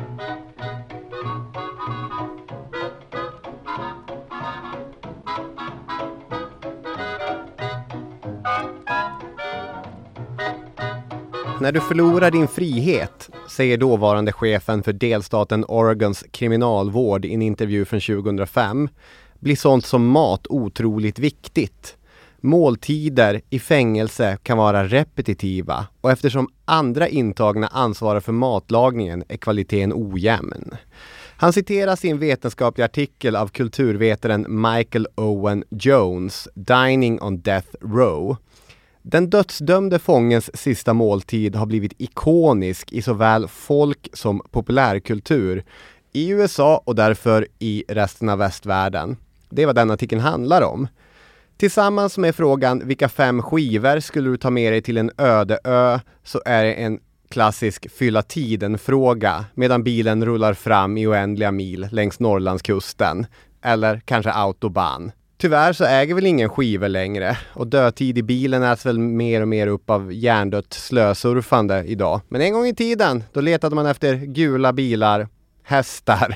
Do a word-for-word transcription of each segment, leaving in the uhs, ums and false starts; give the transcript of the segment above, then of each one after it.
När du förlorar din frihet, säger dåvarande chefen för delstaten Oregons kriminalvård i en intervju från tjugohundrafem, blir sånt som mat otroligt viktigt. Måltider i fängelse kan vara repetitiva och eftersom andra intagna ansvarar för matlagningen är kvaliteten ojämn. Han citeras i en vetenskaplig artikel av kulturvetaren Michael Owen Jones, Dining on Death Row. Den dödsdömde fångens sista måltid har blivit ikonisk i såväl folk- som populärkultur i U S A och därför i resten av västvärlden. Det är vad den artikeln handlar om. Tillsammans med frågan vilka fem skivor skulle du ta med dig till en öde ö så är det en klassisk fylla tiden-fråga medan bilen rullar fram i oändliga mil längs Norrlandskusten eller kanske autobahn. Tyvärr så äger väl ingen skivor längre och dödtid i bilen äts väl mer och mer upp av hjärndött slösurfande idag. Men en gång i tiden då letade man efter gula bilar, hästar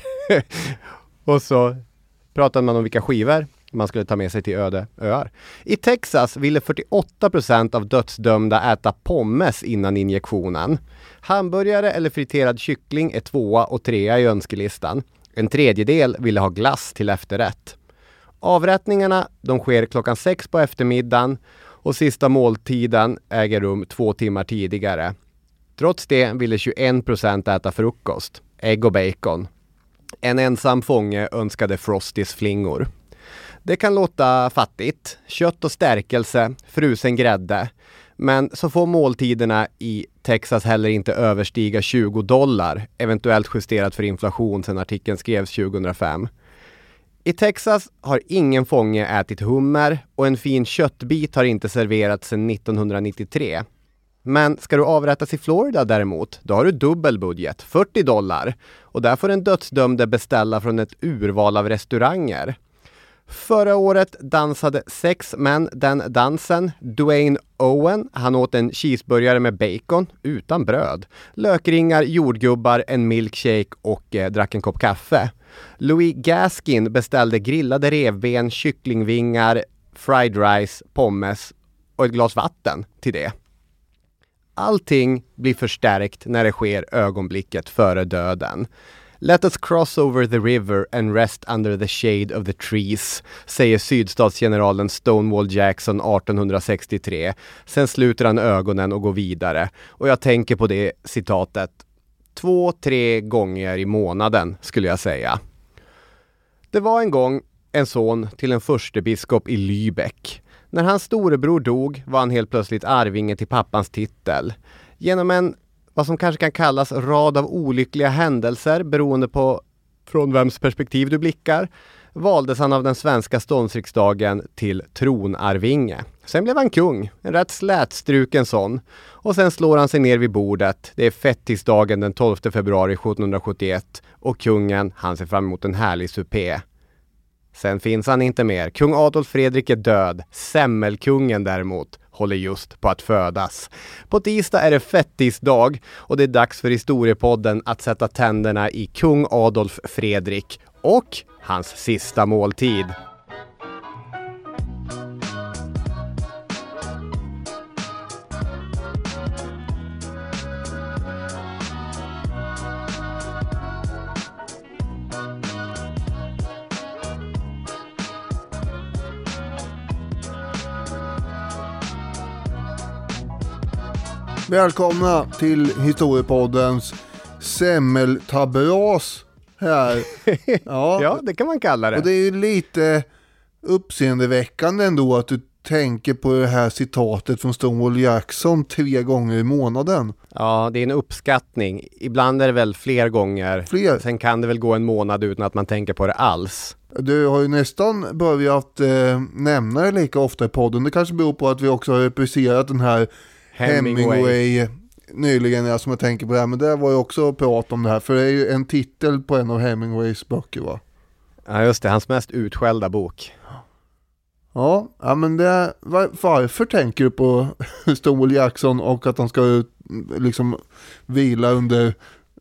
och så pratade man om vilka skivor man skulle ta med sig till öde öar. I Texas ville fyrtioåtta procent av dödsdömda äta pommes innan injektionen. Hamburgare eller friterad kyckling är tvåa och trea i önskelistan. En tredjedel ville ha glass till efterrätt. Avrättningarna de sker klockan sex på eftermiddagen och sista måltiden äger rum två timmar tidigare. Trots det ville tjugoen procent äta frukost, ägg och bacon. En ensam fånge önskade Frosties flingor. Det kan låta fattigt, kött och stärkelse, frusen grädde. Men så får måltiderna i Texas heller inte överstiga tjugo dollar, eventuellt justerat för inflation sedan artikeln skrevs tjugohundrafem. I Texas har ingen fånge ätit hummer och en fin köttbit har inte serverats sedan nittonhundranittiotre. Men ska du avrättas i Florida däremot, då har du dubbel budget, fyrtio dollar. Och där får en dödsdömde beställa från ett urval av restauranger. Förra året dansade sex män den dansen. Dwayne Owen, han åt en cheeseburgare med bacon utan bröd. Lökringar, jordgubbar, en milkshake och eh, drack en kopp kaffe. Louis Gaskin beställde grillade revben, kycklingvingar, fried rice, pommes och ett glas vatten till det. Allting blir förstärkt när det sker ögonblicket före döden. Let us cross over the river and rest under the shade of the trees, säger sydstatsgeneralen Stonewall Jackson artonhundrasextiotre. Sen sluter han ögonen och går vidare. Och jag tänker på det citatet två, tre gånger i månaden skulle jag säga. Det var en gång en son till en furstebiskop i Lübeck. När hans storebror dog var han helt plötsligt arvinge till pappans titel. Genom en vad som kanske kan kallas rad av olyckliga händelser beroende på från vems perspektiv du blickar, valdes han av den svenska ståndsriksdagen till tronarvinge. Sen blev han kung, en rätt slätstruken sån. Och sen slår han sig ner vid bordet. Det är fettisdagen den tolfte februari sjuttonhundrasjuttioett och kungen, han ser fram emot en härlig supé. Sen finns han inte mer. Kung Adolf Fredrik är död. Semmelkungen däremot håller just på att födas. På tisdag är det fettisdag och det är dags för historiepodden att sätta tänderna i kung Adolf Fredrik och hans sista måltid. Välkomna till Historiepoddens semmeltabras här. Ja. Ja, det kan man kalla det. Och det är ju lite uppseendeväckande ändå att du tänker på det här citatet från Stonewall Jackson tre gånger i månaden. Ja, det är en uppskattning. Ibland är det väl fler gånger. Fler. Sen kan det väl gå en månad utan att man tänker på det alls. Du har ju nästan börjat eh, nämna det lika ofta i podden. Det kanske beror på att vi också har repriserat den här Hemingway, Hemingway nyligen, ja, som jag tänker på det här. Men det var ju också prat om det här. För det är ju en titel på en av Hemingways böcker, va? Ja, just det. Hans mest utskällda bok. Ja, ja men det, var, varför tänker du på Stonewall Jackson och att han ska liksom vila under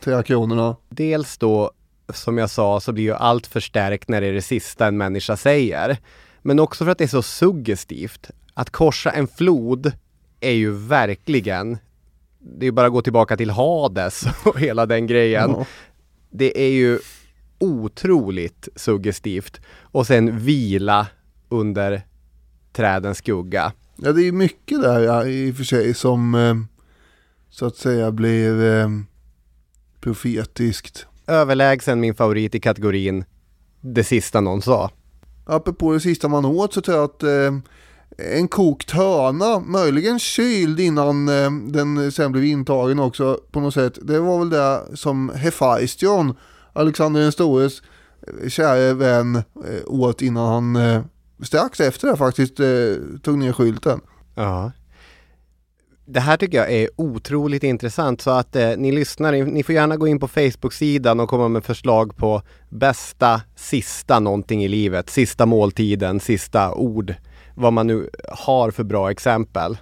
tre kronorna. Dels då, som jag sa, så blir ju allt förstärkt när det är det sista en människa säger. Men också för att det är så suggestivt. Att korsa en flod är ju verkligen, det är ju bara att gå tillbaka till Hades och hela den grejen. Ja. Det är ju otroligt suggestivt. Och sen vila under trädens skugga. Ja, det är mycket där ja, i och för sig som eh, så att säga blir eh, profetiskt. Överlägsen min favorit i kategorin det sista någon sa. Apropå det sista man åt så tror jag att eh, en kokt höna, möjligen kyld innan eh, den sen blev intagen också på något sätt. Det var väl det som Hephaistion, Alexander den stores kära vän, eh, åt innan han eh, strax efter det faktiskt eh, tog ner skylten. Ja. Det här tycker jag är otroligt intressant, så att eh, ni lyssnar, ni får gärna gå in på Facebook-sidan och komma med förslag på bästa sista någonting i livet, sista måltiden, sista ord, vad man nu har för bra exempel.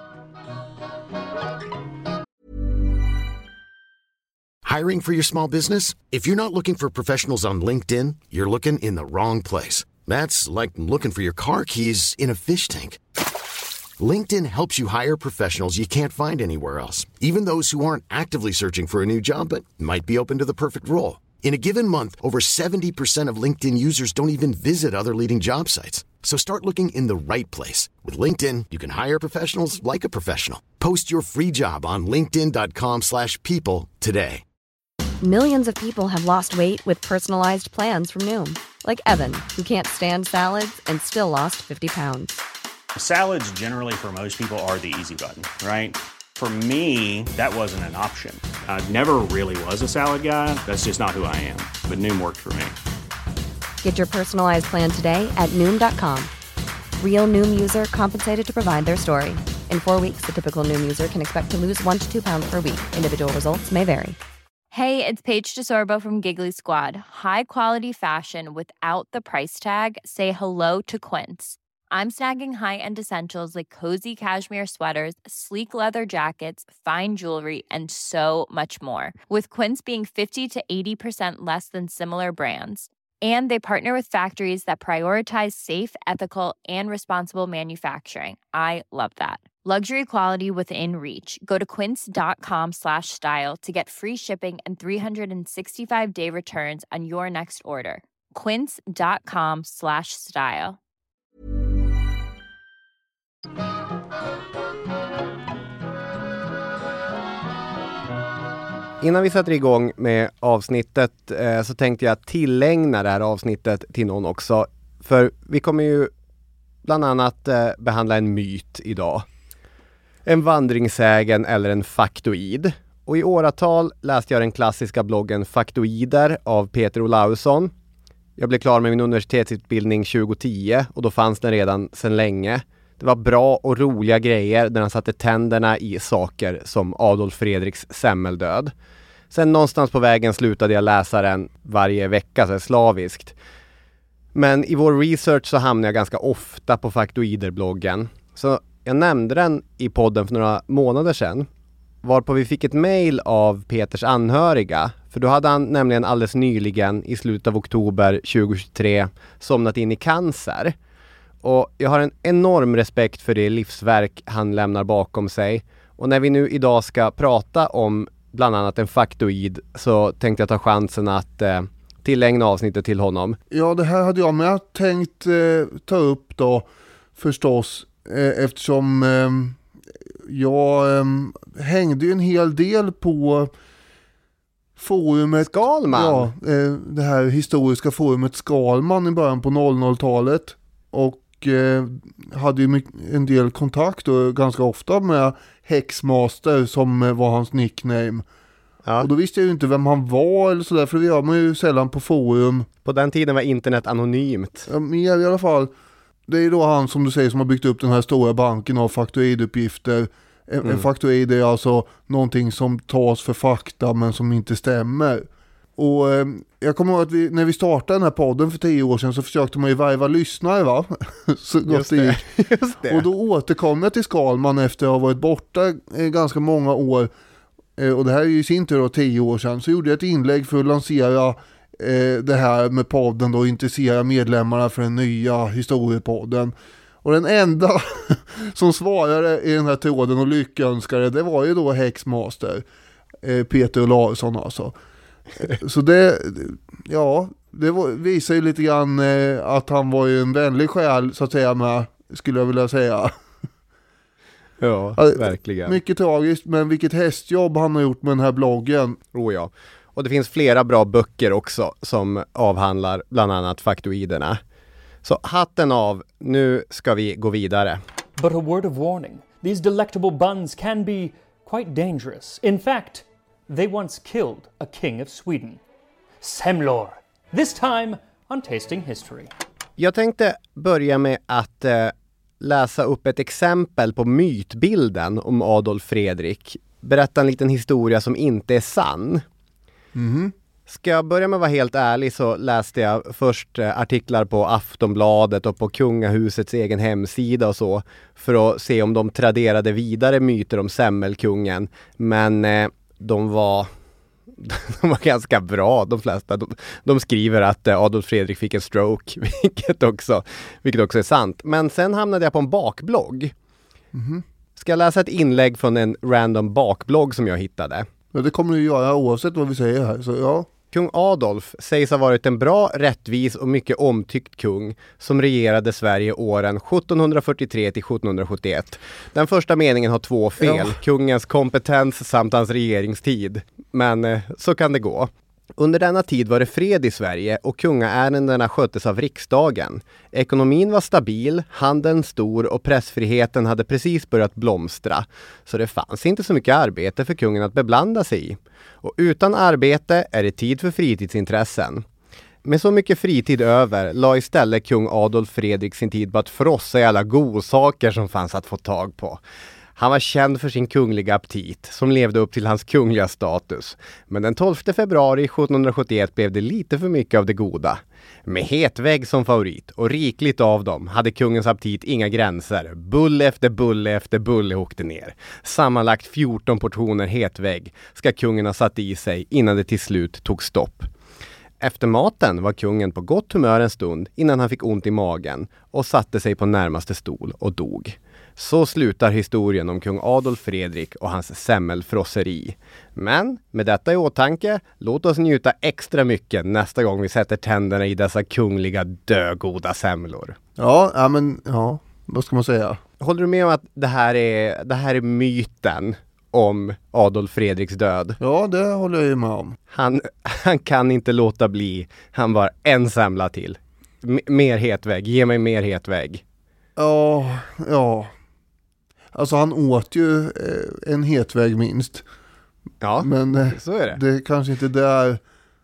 Hiring for your small business? If you're not looking for professionals on LinkedIn, you're looking in the wrong place. That's like looking for your car keys in a fish tank. LinkedIn helps you hire professionals you can't find anywhere else, even those who aren't actively searching for a new job but might be open to the perfect role. In a given month, over seventy percent of LinkedIn users don't even visit other leading job sites. So start looking in the right place. With LinkedIn, you can hire professionals like a professional. Post your free job on linkedin dot com slash people today. Millions of people have lost weight with personalized plans from Noom. Like Evan, who can't stand salads and still lost fifty pounds. Salads generally for most people are the easy button, right? For me, that wasn't an option. I never really was a salad guy. That's just not who I am. But Noom worked for me. Get your personalized plan today at Noom dot com. Real Noom user compensated to provide their story. In four weeks, the typical Noom user can expect to lose one to two pounds per week. Individual results may vary. Hey, it's Paige DeSorbo from Giggly Squad. High quality fashion without the price tag. Say hello to Quince. I'm snagging high-end essentials like cozy cashmere sweaters, sleek leather jackets, fine jewelry, and so much more. With Quince being fifty to eighty percent less than similar brands. And they partner with factories that prioritize safe, ethical, and responsible manufacturing. I love that. Luxury quality within reach. Go to quince dot com slash style to get free shipping and three sixty-five day returns on your next order. quince dot com slash style. Innan vi sätter igång med avsnittet eh, så tänkte jag tillägna det här avsnittet till någon också. För vi kommer ju bland annat eh, behandla en myt idag. En vandringssägen eller en faktoid. Och i åratal läste jag den klassiska bloggen Faktoider av Peter Olausson. Jag blev klar med min universitetsutbildning tjugo tio och då fanns den redan sedan länge. Det var bra och roliga grejer där han satte tänderna i saker som Adolf Fredriks semmeldöd. Sen någonstans på vägen slutade jag läsa den varje vecka så slaviskt. Men i vår research så hamnade jag ganska ofta på Faktoider-bloggen. Så jag nämnde den i podden för några månader sedan. Varpå vi fick ett mejl av Peters anhöriga. För då hade han nämligen alldeles nyligen i slutet av oktober tjugohundratjugotre somnat in i cancer. Och jag har en enorm respekt för det livsverk han lämnar bakom sig. Och när vi nu idag ska prata om bland annat en faktoid så tänkte jag ta chansen att eh, tillägna avsnittet till honom. Ja, det här hade jag med tänkt eh, ta upp då förstås eh, eftersom eh, jag eh, hängde ju en hel del på forumet Skalman. Ja, eh, det här historiska forumet Skalman i början på noll noll-talet. Och eh, hade ju en del kontakt och ganska ofta med Hexmaster som eh, var hans nickname. Ja. Och då visste jag ju inte vem han var eller sådär, för det gör man ju sällan på forum. På den tiden var internet anonymt. Ja, mer i alla fall. Det är då han som du säger som har byggt upp den här stora banken av faktoiduppgifter. En, mm. en faktoid är alltså någonting som tas för fakta men som inte stämmer. Och eh, jag kommer ihåg att vi, när vi startade den här podden för tio år sedan så försökte man ju varva lyssnare va? så Just det. Just det. Och då återkom jag till Skalman efter att ha varit borta eh, ganska många år och det här är ju i sin tur då tio år sedan, så gjorde jag ett inlägg för att lansera eh, det här med podden då, och intressera medlemmarna för den nya historiepodden. Och den enda som svarade i den här tråden och lyckönskade, det var ju då Häxmaster, eh, Peter Olausson alltså. Så det, ja, det var, visar ju lite grann eh, att han var ju en vänlig själ så att säga, med, skulle jag vilja säga. Ja, verkligen. Mycket tragiskt, men vilket hästjobb han har gjort med den här bloggen. Oh ja. Och det finns flera bra böcker också som avhandlar bland annat faktoiderna. Så hatten av, nu ska vi gå vidare. But a word of warning. These delectable buns can be quite dangerous. In fact, they once killed a king of Sweden. Semlor. This time on Tasting History. Jag tänkte börja med att eh, läsa upp ett exempel på mytbilden om Adolf Fredrik. Berätta en liten historia som inte är sann. Mhm. Ska jag börja med att vara helt ärlig, så läste jag först eh, artiklar på Aftonbladet och på kungahusets egen hemsida och så, för att se om de traderade vidare myter om semmelkungen. Men eh, de var de var ganska bra, de flesta. De, de skriver att eh, Adolf Fredrik fick en stroke, vilket också, vilket också är sant. Men sen hamnade jag på en bakblogg. Mhm. Ska jag läsa ett inlägg från en random bakblogg som jag hittade? Ja, det kommer du göra oavsett vad vi säger här, så ja. Kung Adolf sägs ha varit en bra, rättvis och mycket omtyckt kung som regerade Sverige åren sjuttonhundrafyrtiotre till sjuttonhundrasjuttioett. Den första meningen har två fel, Ja. kungens kompetens samt hans regeringstid. Men eh, så kan det gå. Under denna tid var det fred i Sverige och kungaärendena sköttes av riksdagen. Ekonomin var stabil, handeln stor och pressfriheten hade precis börjat blomstra. Så det fanns inte så mycket arbete för kungen att beblanda sig i. Och utan arbete är det tid för fritidsintressen. Med så mycket fritid över la istället kung Adolf Fredrik sin tid på att frossa i alla godsaker som fanns att få tag på. Han var känd för sin kungliga aptit som levde upp till hans kungliga status. Men den tolfte februari sjuttonhundrasjuttioett blev det lite för mycket av det goda. Med hetvägg som favorit och rikligt av dem hade kungens aptit inga gränser. Bulle efter bulle efter bulle åkte ner. Sammanlagt fjorton portioner hetvägg ska kungen ha satt i sig innan det till slut tog stopp. Efter maten var kungen på gott humör en stund innan han fick ont i magen och satte sig på närmaste stol och dog. Så slutar historien om kung Adolf Fredrik och hans semmelfrosseri. Men med detta i åtanke, låt oss njuta extra mycket nästa gång vi sätter tänderna i dessa kungliga dögoda semlor. Ja, ja men ja, vad ska man säga? Håller du med om att det här är, det här är myten om Adolf Fredriks död? Ja, det håller jag ju med om. Han, han kan inte låta bli. Han var en semla till. M- mer hetvägg, ge mig mer hetvägg. Ja, ja. Alltså han åt ju eh, en hetvägg minst. Ja, Men eh, så är det. det är kanske inte där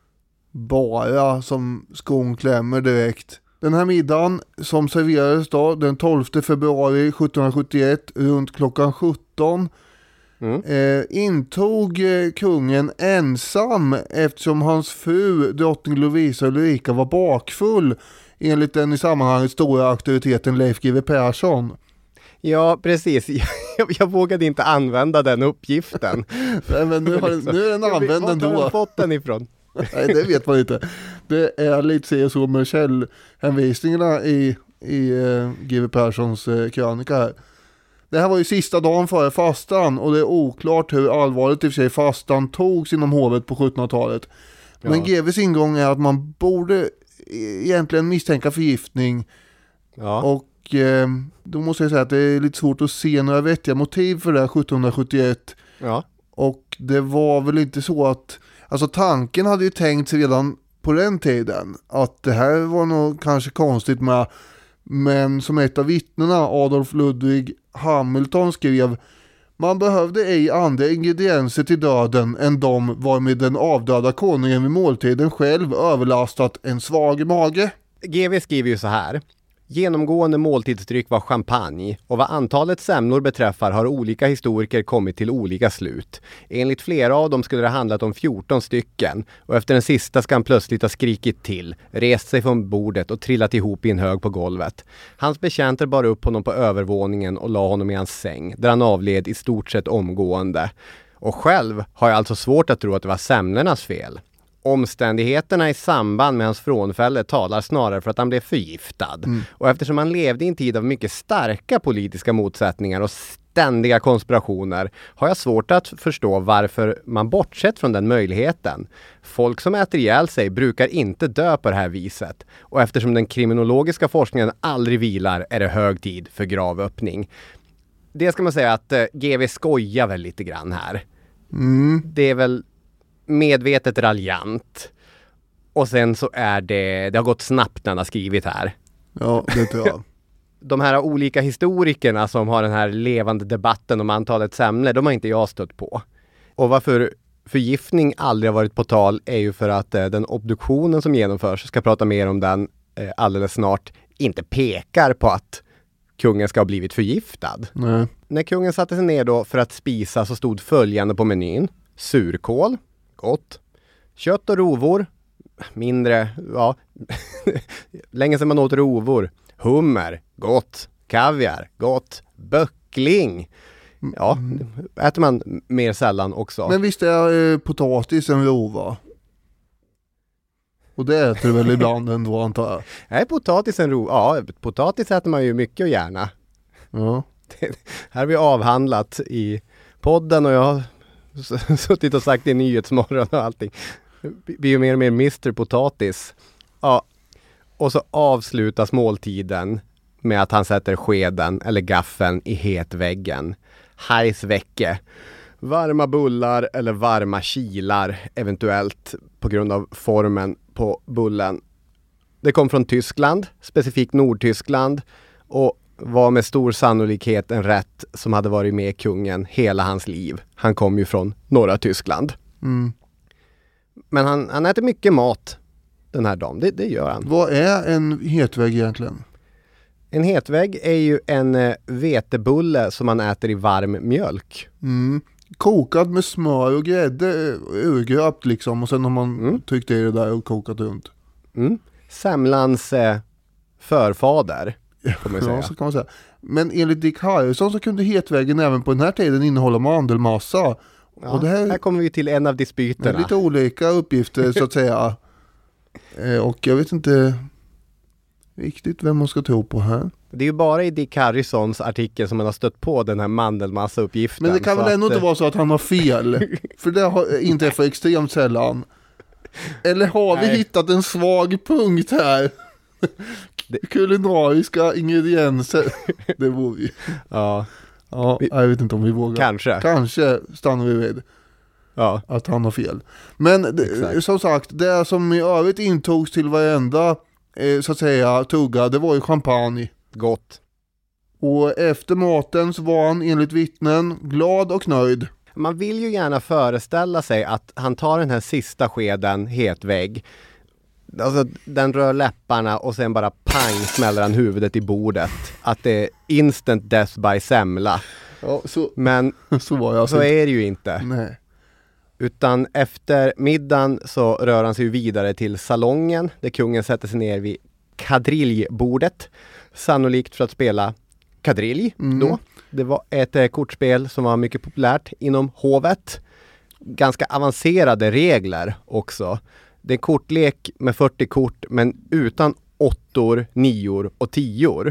bara som skon klämmer direkt. Den här middagen som serverades då den tolfte februari sjuttonhundrasjuttioett runt klockan sjutton Mm. eh, intog eh, kungen ensam eftersom hans fru drottning Lovisa Ulrika var bakfull enligt den i sammanhanget stora auktoriteten Leif G W Persson. Ja, precis. Jag, jag vågade inte använda den uppgiften. Nej, men nu, har, nu är den använd ändå. Var har du fått den ifrån? Nej, det vet man inte. Det är lite så med källhänvisningarna i, i eh, G W Perssons eh, krönika här. Det här var ju sista dagen före fastan och det är oklart hur allvarligt i och för sig fastan togs inom hovet på sjuttonhundratalet. Men Ja. G W:s ingång är att man borde egentligen misstänka förgiftning. Ja. Och eh, då måste jag säga att det är lite svårt att se några vettiga motiv för det här sjuttonhundrasjuttioett. Ja. Och det var väl inte så att, alltså tanken hade ju tänkt redan på den tiden att det här var nog kanske konstigt med, men som ett av vittnena Adolf Ludwig Hamilton skrev: man behövde ej andra ingredienser till döden än de varmed den avdöda konungen vid måltiden själv överlastat en svag mage. G W skriver ju så här: genomgående måltidsdryck var champagne och vad antalet semlor beträffar har olika historiker kommit till olika slut. Enligt flera av dem skulle det handlat om fjorton stycken och efter den sista ska han plötsligt ha skrikit till, rest sig från bordet och trillat ihop i en hög på golvet. Hans betjänter bar upp honom på övervåningen och la honom i hans säng där han avled i stort sett omgående. Och själv har jag alltså svårt att tro att det var semlornas fel. Omständigheterna i samband med hans frånfälle talar snarare för att han blev förgiftad. Mm. Och eftersom han levde i en tid av mycket starka politiska motsättningar och ständiga konspirationer har jag svårt att förstå varför man bortsett från den möjligheten. Folk som äter ihjäl sig brukar inte dö på det här viset. Och eftersom den kriminologiska forskningen aldrig vilar är det hög tid för gravöppning. Det ska man säga att eh, G V skojar väl lite grann här. Mm. Det är väl medvetet raljant. Och sen så är det, det har gått snabbt när han har skrivit här. Ja, det tror jag. De här olika historikerna som har den här levande debatten om antalet semlor, de har inte jag stött på. Och varför förgiftning aldrig har varit på tal är ju för att eh, den obduktionen som genomförs, ska prata mer om den eh, alldeles snart, inte pekar på att kungen ska ha blivit förgiftad. Nej. När kungen satte sig ner då för att spisa så stod följande på menyn. Surkål, gott. Kött och rovor, mindre, ja, länge sedan man åt rovor. Hummer, gott. Kaviar, gott. Böckling. Ja, äter man mer sällan också. Men visst är eh, potatis en rova? Och det äter du väl ibland ändå, antar jag? Nej, potatis en rova. Ja, potatis äter man ju mycket och gärna. Ja. Det här har vi avhandlat i podden och jag har suttit och sagt i Nyhetsmorgon och allting. Vi är ju mer och mer mister Potatis. Ja. Och så avslutas måltiden med att han sätter skeden eller gaffeln i hetväggen. Heiß Wecke. Varma bullar eller varma kilar, eventuellt på grund av formen på bullen. Det kom från Tyskland, specifikt Nordtyskland, och var med stor sannolikhet en rätt som hade varit med kungen hela hans liv. Han kom ju från norra Tyskland. Mm. Men han, han äter mycket mat den här dagen, det, det gör han. Vad är en hetvägg egentligen? En hetvägg är ju en eh, vetebulle som man äter i varm mjölk. Mm. Kokad med smör och grädde, urgröpt liksom, och sen har man mm. tryckt i det där och kokat runt. Mm. Semlans eh, förfader, kan man säga. Ja, så kan man säga. Men enligt Dick Harrison så kunde hetväggen även på den här tiden innehålla mandelmassa. Ja, och det här, här kommer vi till en av dispyterna. Lite olika uppgifter så att säga. Eh, och jag vet inte riktigt vem man ska tro på här. Det är ju bara i Dick Harrisons artikel som man har stött på den här mandelmassa-uppgiften. Men det kan väl ändå att, inte vara så att han har fel? För det har inte för extremt sällan. Eller har vi Nej. hittat en svag punkt här? Det... Kulinariska ingredienser. Det vore vi. Ja. Ja, vi... jag vet inte om vi vågar. Kanske. Kanske stannar vi vid. Ja. Att han har fel. Men det, som sagt, det som i övrigt intogs till varenda eh, så att säga tugga, det var ju champagne. Gott. Och efter maten så var han enligt vittnen glad och nöjd. Man vill ju gärna föreställa sig att han tar den här sista skeden hetvägg. Alltså den rör läpparna och sen bara pang smäller han huvudet i bordet. Att det är instant death by semla. Ja, så, Men så, var jag så är det ju inte. Nej. Utan efter middagen så rör han sig vidare till salongen där kungen sätter sig ner vid kadriljbordet. Sannolikt för att spela kadrilj mm. då. Det var ett eh, kortspel som var mycket populärt inom hovet. Ganska avancerade regler också. Det är en kortlek med fyrtio kort men utan åttor, nior och tior.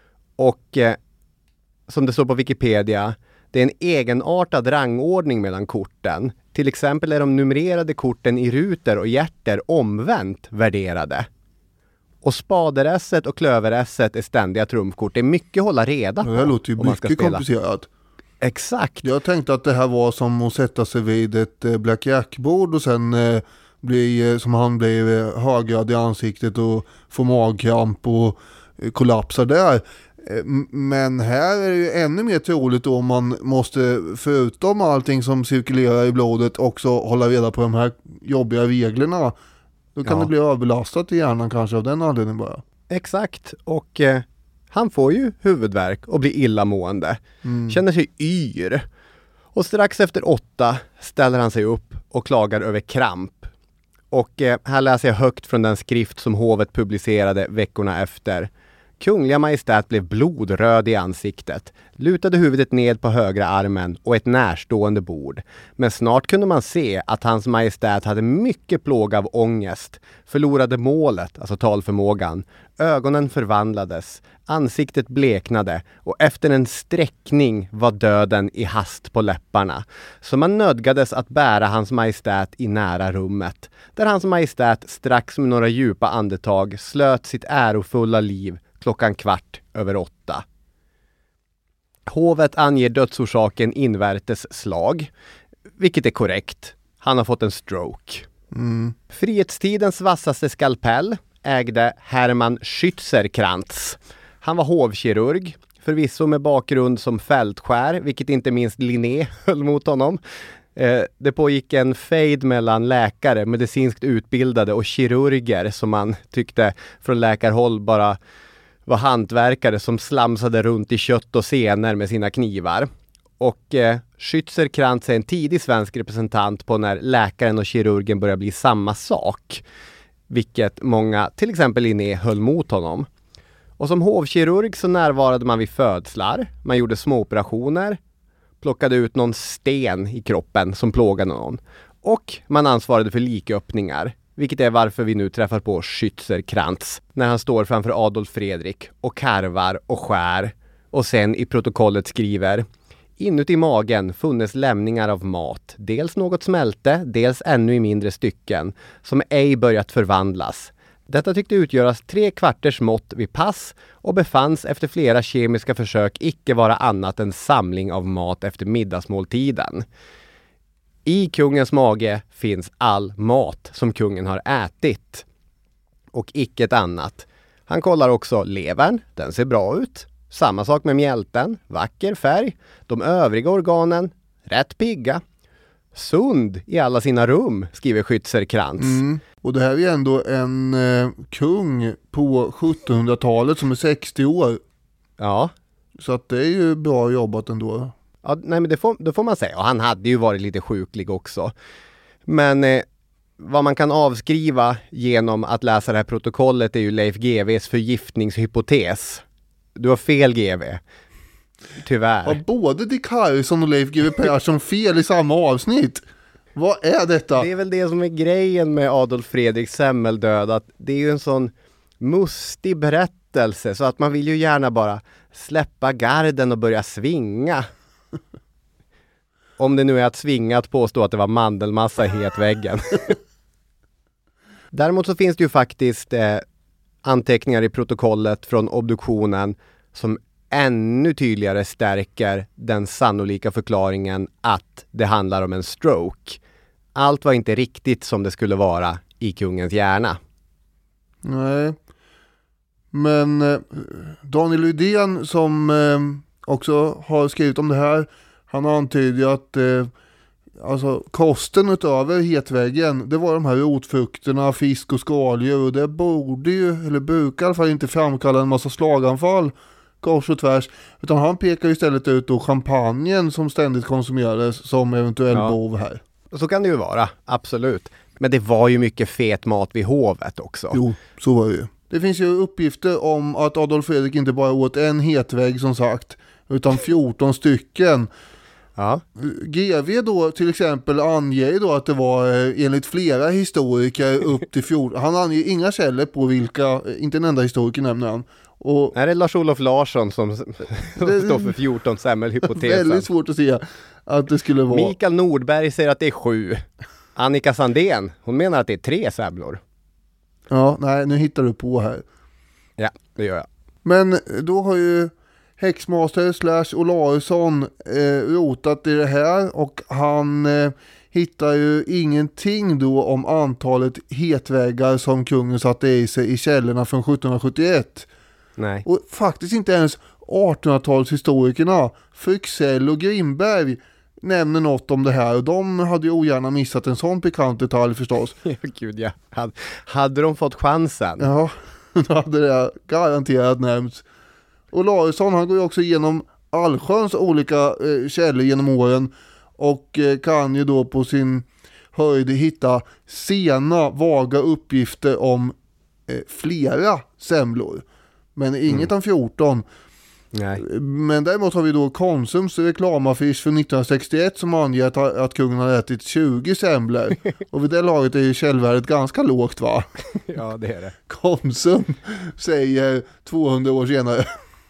Och eh, som det står på Wikipedia, det är en egenartad rangordning mellan korten. Till exempel är de numrerade korten i rutor och hjärter omvänt värderade. Och spaderesset och klöveresset är ständiga trumfkort. Det är mycket att hålla reda på. Det här låter ju mycket komplicerat. Exakt. Jag tänkte att det här var som att sätta sig vid ett eh, blackjack-bord och sen eh, bli, eh, som han blev eh, högrad i ansiktet och få magkramp och eh, kollapsa där. Eh, men här är det ju ännu mer troligt om man måste, förutom allting som cirkulerar i blodet, också hålla reda på de här jobbiga reglerna. Då kan ja. det bli överlastat i hjärnan kanske av den anledningen bara. Exakt. Och eh, han får ju huvudvärk och blir illamående. Mm. Känner sig yr. Och strax efter åtta ställer han sig upp och klagar över kramp. Och eh, här läser jag högt från den skrift som hovet publicerade veckorna efter. Kungliga Majestät blev blodröd i ansiktet, lutade huvudet ned på högra armen och ett närstående bord. Men snart kunde man se att hans majestät hade mycket plåga av ångest, förlorade målet, alltså talförmågan, ögonen förvandlades, ansiktet bleknade och efter en sträckning var döden i hast på läpparna. Så man nödgades att bära hans majestät i nära rummet, där hans majestät strax med några djupa andetag slöt sitt ärofulla liv klockan kvart över åtta. Hovet anger dödsorsaken invärtes slag, vilket är korrekt. Han har fått en stroke. Mm. Frihetstidens vassaste skalpell ägde Hermann Schützenkrantz. Han var hovkirurg, förvisso med bakgrund som fältskär, vilket inte minst Linné höll mot honom. Eh, det pågick en fejd mellan läkare, medicinskt utbildade och kirurger som man tyckte från läkarhåll bara var hantverkare som slamsade runt i kött och senor med sina knivar. Och eh, Schützenkrantz är en tidig svensk representant på när läkaren och kirurgen börjar bli samma sak. Vilket många, till exempel Linné, höll mot honom. Och som hovkirurg så närvarade man vid födslar. Man gjorde småoperationer, plockade ut någon sten i kroppen som plågade någon. Och man ansvarade för liköppningar. Vilket är varför vi nu träffar på Schützenkrantz när han står framför Adolf Fredrik och karvar och skär och sen i protokollet skriver: inuti magen funnes lämningar av mat, dels något smälte, dels ännu i mindre stycken, som ej börjat förvandlas. Detta tyckte utgöras tre kvarters mått vid pass och befanns efter flera kemiska försök icke vara annat än samling av mat efter middagsmåltiden. I kungens mage finns all mat som kungen har ätit och icke ett annat. Han kollar också levern, den ser bra ut. Samma sak med mjälten, vacker färg. De övriga organen, rätt pigga. Sund i alla sina rum, skriver Schützenkrantz. Mm. Och det här är ändå en eh, kung på sjuttonhundratalet som är sextio år. Ja. Så att det är ju bra jobbat ändå. Ja, nej men det får, det får man säga. Och han hade ju varit lite sjuklig också. Men eh, vad man kan avskriva genom att läsa det här protokollet är ju Leif G V:s förgiftningshypotes. Du har fel G V. Tyvärr. Har både Dick Harrison och Leif G W Persson fel i samma avsnitt? Vad är detta? Det är väl det som är grejen med Adolf Fredriks semmeldöd. Att det är ju en sån mustig berättelse. Så att man vill ju gärna bara släppa garden och börja svinga. Om det nu är att svinga att påstå att det var mandelmassa i hetväggen. Däremot så finns det ju faktiskt eh, anteckningar i protokollet från obduktionen som ännu tydligare stärker den sannolika förklaringen att det handlar om en stroke. Allt var inte riktigt som det skulle vara i kungens hjärna. Nej. Men eh, Daniel Lydén som eh, också har skrivit om det här, han antyder att eh, alltså kosten utöver hetväggen, det var de här rotfrukterna, fisk och skaldjur, och det borde ju, eller brukar i alla fall inte framkalla en massa slaganfall kors och tvärs, utan han pekar istället ut då champagnen som ständigt konsumerades som eventuell ja. bov här. Så kan det ju vara, absolut. Men det var ju mycket fet mat vid hovet också. Jo, så var det ju. Det finns ju uppgifter om att Adolf Fredrik inte bara åt en hetvägg som sagt, utan fjorton stycken. Ja. G V då till exempel anger då att det var enligt flera historiker upp till fjorton. Han anger inga källor på vilka, inte en enda historiker nämner han. Och är det Lars-Olof Larsson som, som det, står för fjorton semmelhypotesen? Väldigt svårt att se att det skulle vara. Mikael Nordberg säger att det är sju. Annika Sandén, hon menar att det är tre semlor. Ja, nej, nu hittar du på här. Ja, det gör jag. Men då har ju Häxmaster slash Olausson eh, rotat i det här, och han eh, hittar ju ingenting då om antalet hetväggar som kungen satte i sig i källorna från sjuttonhundrasjuttioett. Nej. Och faktiskt inte ens artonhundratalshistorikerna Fryxell och Grimberg nämner något om det här, och de hade ju ogärna missat en sån pikant detalj förstås. Ja, gud ja. Hade, hade de fått chansen? Ja, då hade det garanterat nämnts. Och Larsson, han går ju också igenom allsköns olika eh, källor genom åren, och eh, kan ju då på sin höjd hitta sena, vaga uppgifter om eh, flera semlor. Men inget Mm. om fjorton. Nej. Men däremot har vi då Konsums reklamaffisch från nittonhundrasextioett som anger att, att kungen har ätit tjugo semlor. Och vid det laget är ju källvärdet ganska lågt, va? Ja, det är det. Konsum säger tvåhundra år senare.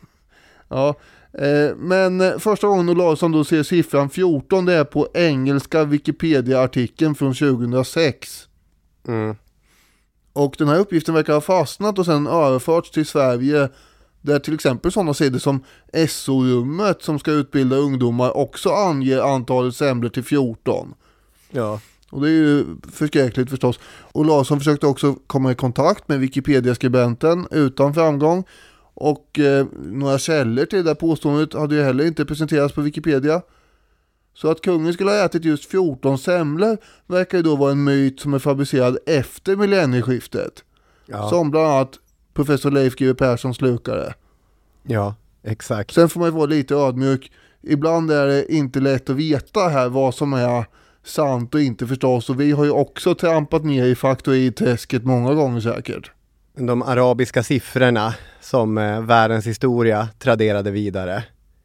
Ja, eh, men första gången Olausson då ser siffran fjorton, det är på engelska Wikipedia-artikeln från tjugohundrasex. Mm. Och den här uppgiften verkar ha fastnat och sen överförts till Sverige, där till exempel sådana sidor som S O-rummet som ska utbilda ungdomar också anger antalet semlor till fjorton. Ja. Och det är ju förskräckligt förstås. Och Larsson försökte också komma i kontakt med Wikipedia-skribenten utan framgång. Och eh, några källor till det där påståendet hade ju heller inte presenterats på Wikipedia. Så att kungen skulle ha ätit just fjorton semlor verkar ju då vara en myt som är fabricerad efter millennieskiftet. Ja. Som bland annat professor Leif G W Persson slukade. Ja, exakt. Sen får man ju vara lite ödmjuk. Ibland är det inte lätt att veta här vad som är sant och inte förstås. Och vi har ju också trampat ner i faktoidträsket många gånger säkert. De arabiska siffrorna som eh, världens historia traderade vidare.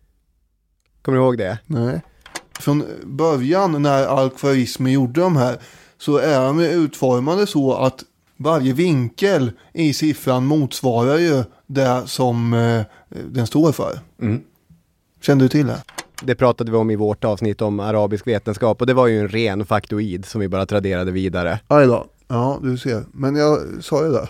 Kommer du ihåg det? Nej. Från början när al-Khwarizmi gjorde de här så är de utformade så att varje vinkel i siffran motsvarar ju det som eh, den står för. Mm. Kände du till det? Det pratade vi om i vårt avsnitt om arabisk vetenskap och det var ju en ren faktoid som vi bara traderade vidare. Aj då. Ja, du ser. Men jag sa ju det.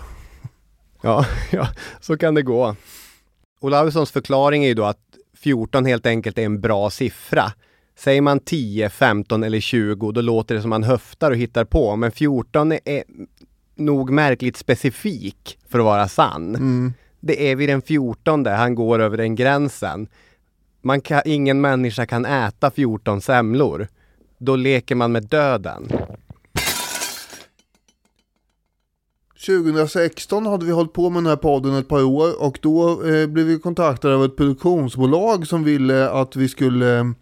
Ja, ja, så kan det gå. Olaussons förklaring är ju då att fjorton helt enkelt är en bra siffra. Säger man tio, femton eller tjugo då låter det som man höftar och hittar på. Men fjorton är nog märkligt specifik för att vara sann. Mm. Det är vid den fjortonde han går över den gränsen. Man kan, ingen människa kan äta fjorton semlor. Då leker man med döden. tjugohundrasexton hade vi hållit på med den här podden ett par år och då eh, blev vi kontaktade av ett produktionsbolag som ville att vi skulle eh,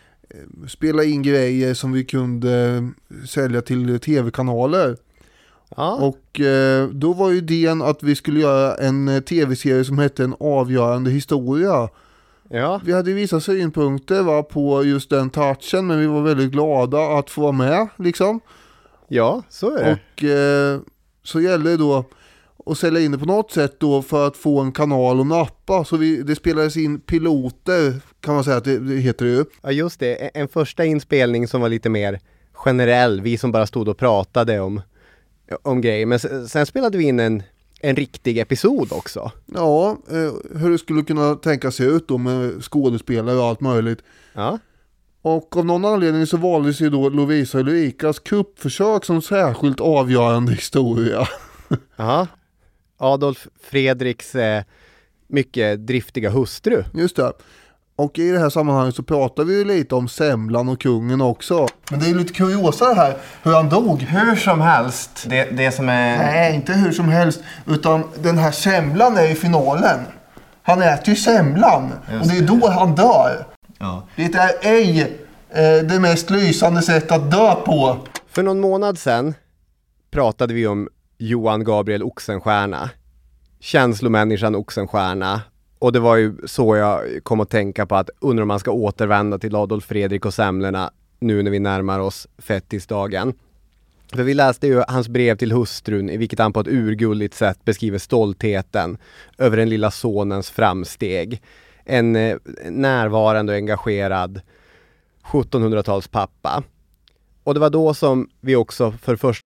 spela in grejer som vi kunde eh, sälja till tv-kanaler. Ja. Och eh, då var ju idén att vi skulle göra en eh, tv-serie som hette En avgörande historia. Ja. Vi hade ju vissa synpunkter va, på just den touchen, men vi var väldigt glada att få vara med liksom. Ja, så är det. Och eh, så gäller det då att sälja in det på något sätt då för att få en kanal och nappa. Så vi, det spelades in piloter kan man säga att det, det heter det ju. Ja, just det. En första inspelning som var lite mer generell. Vi som bara stod och pratade om, om grejer. Men sen spelade vi in en, en riktig episod också. Ja, eh, hur det skulle kunna tänka sig ut då med skådespelare och allt möjligt. Ja. Och av någon anledning så valdes ju då Lovisa Ulrikas kuppförsök som särskilt avgörande historia. Ja. Adolf Fredriks eh, mycket driftiga hustru. Just det. Och i det här sammanhanget så pratar vi ju lite om semlan och kungen också. Men det är lite kuriosa det här, hur han dog. Hur som helst. Det, det som är... Nej, inte hur som helst. Utan den här semlan är i finalen. Han äter ju semlan. Just. Och det är då han dör. Ja. Det är ej eh, det mest lysande sätt att dö på. För någon månad sedan pratade vi om Johan Gabriel Oxenstierna. Känslomänniskan Oxenstierna. Och det var ju så jag kom att tänka på att undrar om man ska återvända till Adolf Fredrik och semlorna nu när vi närmar oss fettisdagen. För vi läste ju hans brev till hustrun i vilket han på ett urgulligt sätt beskriver stoltheten över den lilla sonens framsteg. En eh, närvarande och engagerad sjuttonhundratals pappa. Och det var då som vi också för första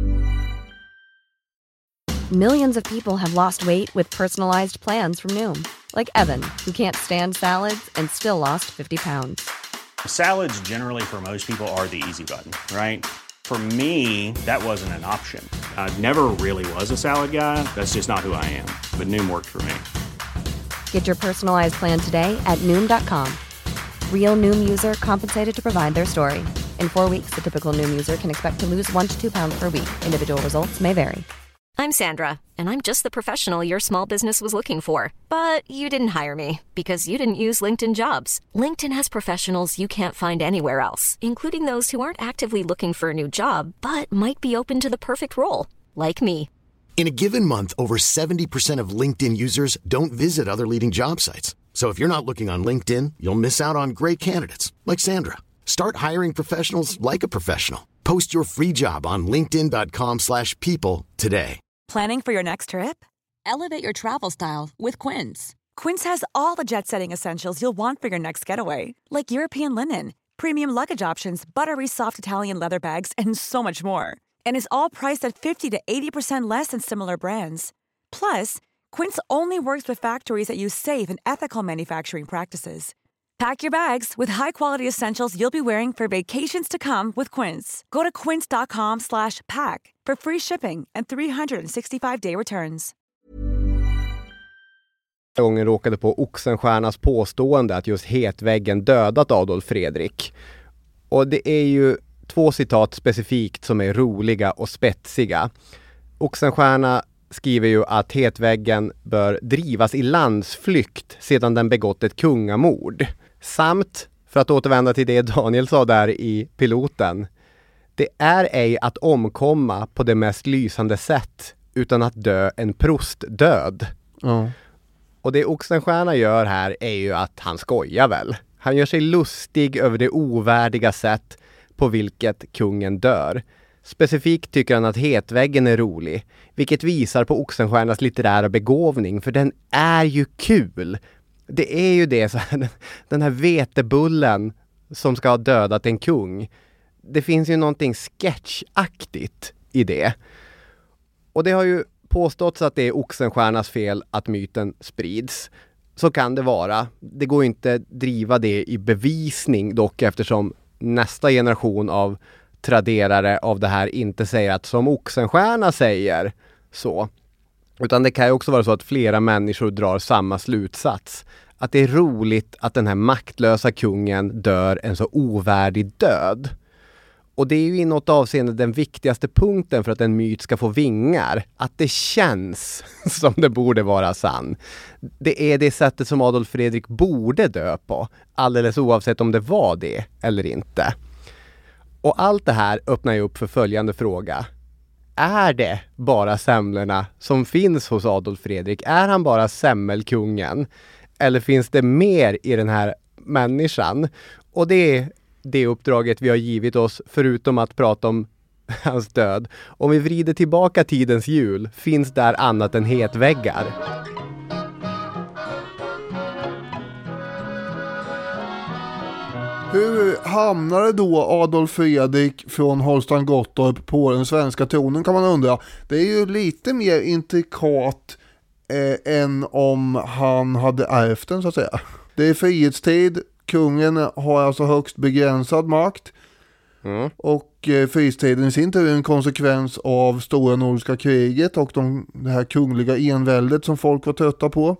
Millions of people have lost weight with personalized plans from Noom. Like Evan, who can't stand salads and still lost fifty pounds. Salads generally for most people are the easy button, right? For me, that wasn't an option. I never really was a salad guy. That's just not who I am. But Noom worked for me. Get your personalized plan today at Noom dot com. Real Noom user compensated to provide their story. In four weeks, the typical Noom user can expect to lose one to two pounds per week. Individual results may vary. I'm Sandra, and I'm just the professional your small business was looking for. But you didn't hire me because you didn't use LinkedIn Jobs. LinkedIn has professionals you can't find anywhere else, including those who aren't actively looking for a new job, but might be open to the perfect role, like me. In a given month, over seventy percent of LinkedIn users don't visit other leading job sites. So if you're not looking on LinkedIn, you'll miss out on great candidates like Sandra. Start hiring professionals like a professional. Post your free job on linkedin dot com slash people today. Planning for your next trip? Elevate your travel style with Quince. Quince has all the jet-setting essentials you'll want for your next getaway, like European linen, premium luggage options, buttery soft Italian leather bags, and so much more. And is all priced at fifty to eighty percent less than similar brands. Plus, Quince only works with factories that use safe and ethical manufacturing practices. Pack your bags with high-quality essentials you'll be wearing for vacations to come with Quince. Go to quince dot com slash pack for free shipping and three sixty-five day returns. Gången råkade på Oxenstiernas påstående att just Hetväggen dödat Adolf Fredrik. Och det är ju två citat specifikt som är roliga och spetsiga. Oxenstierna skriver ju att Hetväggen bör drivas i landsflykt sedan den begått ett kungamord. Samt, för att återvända till det Daniel sa där i piloten, det är ej att omkomma på det mest lysande sätt utan att dö en prostdöd. Ja. Och det Oxenstierna gör här är ju att han skojar väl. Han gör sig lustig över det ovärdiga sätt på vilket kungen dör. Specifikt tycker han att Hetväggen är rolig, vilket visar på Oxenstiernas litterära begåvning, för den är ju kul. Det är ju det, så här, den här vetebullen som ska ha dödat en kung. Det finns ju någonting sketchaktigt i det. Och det har ju påståtts att det är Oxenstiernas fel att myten sprids. Så kan det vara. Det går inte driva det i bevisning dock, eftersom nästa generation av traderare av det här inte säger att som Oxenstierna säger så. Utan det kan ju också vara så att flera människor drar samma slutsats. Att det är roligt att den här maktlösa kungen dör en så ovärdig död. Och det är ju i något avseende den viktigaste punkten för att en myt ska få vingar. Att det känns som det borde vara sann. Det är det sättet som Adolf Fredrik borde dö på. Alldeles oavsett om det var det eller inte. Och allt det här öppnar ju upp för följande fråga. Är det bara semlorna som finns hos Adolf Fredrik? Är han bara semmelkungen? Eller finns det mer i den här människan? Och det är det uppdraget vi har givit oss, förutom att prata om hans död. Om vi vrider tillbaka tidens hjul, finns där annat än hetväggar? Hur hamnade då Adolf Fredrik från Holstein Gottorp på den svenska tronen, kan man undra. Det är ju lite mer intrikat eh, än om han hade ärvt den, så att säga. Det är frihetstid. Kungen har alltså högst begränsad makt. Mm. Och eh, frihetstiden i sin tur är en konsekvens av stora nordiska kriget och de, det här kungliga enväldet som folk var trötta på.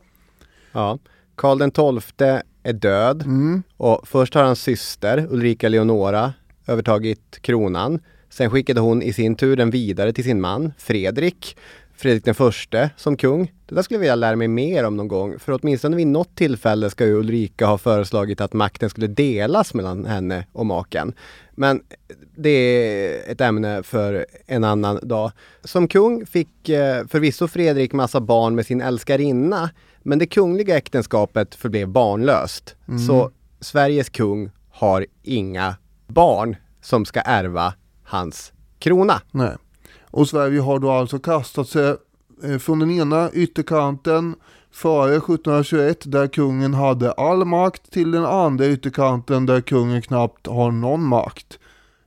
Ja, Karl den tolfte är död. Mm. Och först har hans syster Ulrika Leonora övertagit kronan. Sen skickade hon i sin tur den vidare till sin man Fredrik. Fredrik den förste som kung. Det där skulle jag vilja lära mig mer om någon gång. För åtminstone vid något tillfälle ska ju Ulrika ha föreslagit att makten skulle delas mellan henne och maken. Men det är ett ämne för en annan dag. Som kung fick förvisso Fredrik massa barn med sin älskarinna. Men det kungliga äktenskapet förblev barnlöst. Mm. Så Sveriges kung har inga barn som ska ärva hans krona. Nej. Och Sverige har då alltså kastat sig från den ena ytterkanten före sjuttonhundratjugoett där kungen hade all makt till den andra ytterkanten där kungen knappt har någon makt.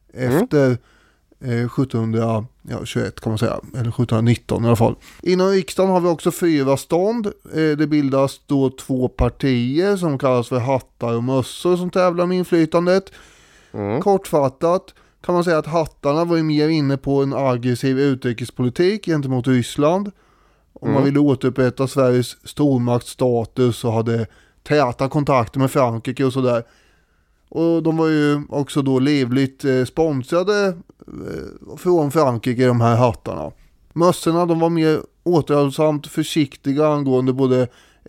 Efter mm. sjuttonhundratjugoett kan man säga, eller sjuttonhundranitton i alla fall. Inom riksdagen har vi också fyra stånd. Det bildas då två partier som kallas för hattar och mössor som tävlar med inflytandet. Mm. Kortfattat kan man säga att hattarna var ju mer inne på en aggressiv utrikespolitik gentemot Ryssland. Om mm. man ville återupprätta Sveriges stormaktsstatus och hade täta kontakter med Frankrike och sådär. Och de var ju också då livligt eh, sponsrade eh, från Frankrike, de här hattarna. Mössorna, de var mer återhållsamt försiktiga angående både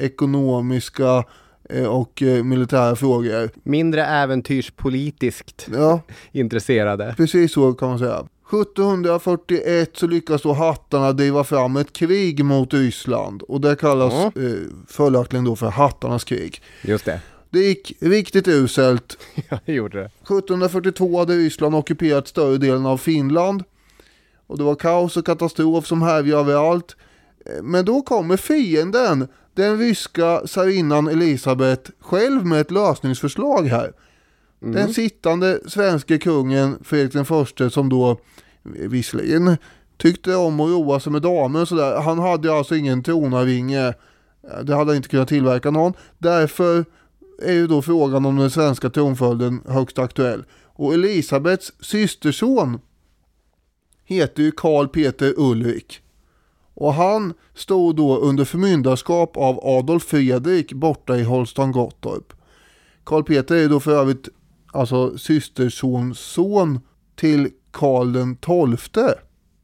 ekonomiska och militära frågor. Mindre äventyrspolitiskt ja. intresserade. Precis så kan man säga. sjuttonhundrafyrtioett så lyckas då hattarna driva fram ett krig mot Ryssland. Och det kallas mm. eh, följaktligen då för hattarnas krig. Just det. Det gick riktigt uselt. Ja, det gjorde det. sjuttonhundrafyrtiotvå hade Ryssland ockuperat större delen av Finland. Och det var kaos och katastrof som härjade överallt. Men då kommer fienden, den ryska tsarinnan Elisabeth, själv med ett lösningsförslag här. Mm. Den sittande svenska kungen Fredrik den förste, som då visserligen tyckte om att roa sig med damer och sådär. Han hade alltså ingen tronarvinge. Det hade inte kunnat tillverka någon. Därför är ju då frågan om den svenska tronföljden högst aktuell. Och Elisabeths systerson heter ju Karl Peter Ulrik. Och han stod då under förmyndarskap av Adolf Fredrik borta i Holstein Gottorp. Karl Peter är då för övrigt alltså systersons son till Karl den tolfte.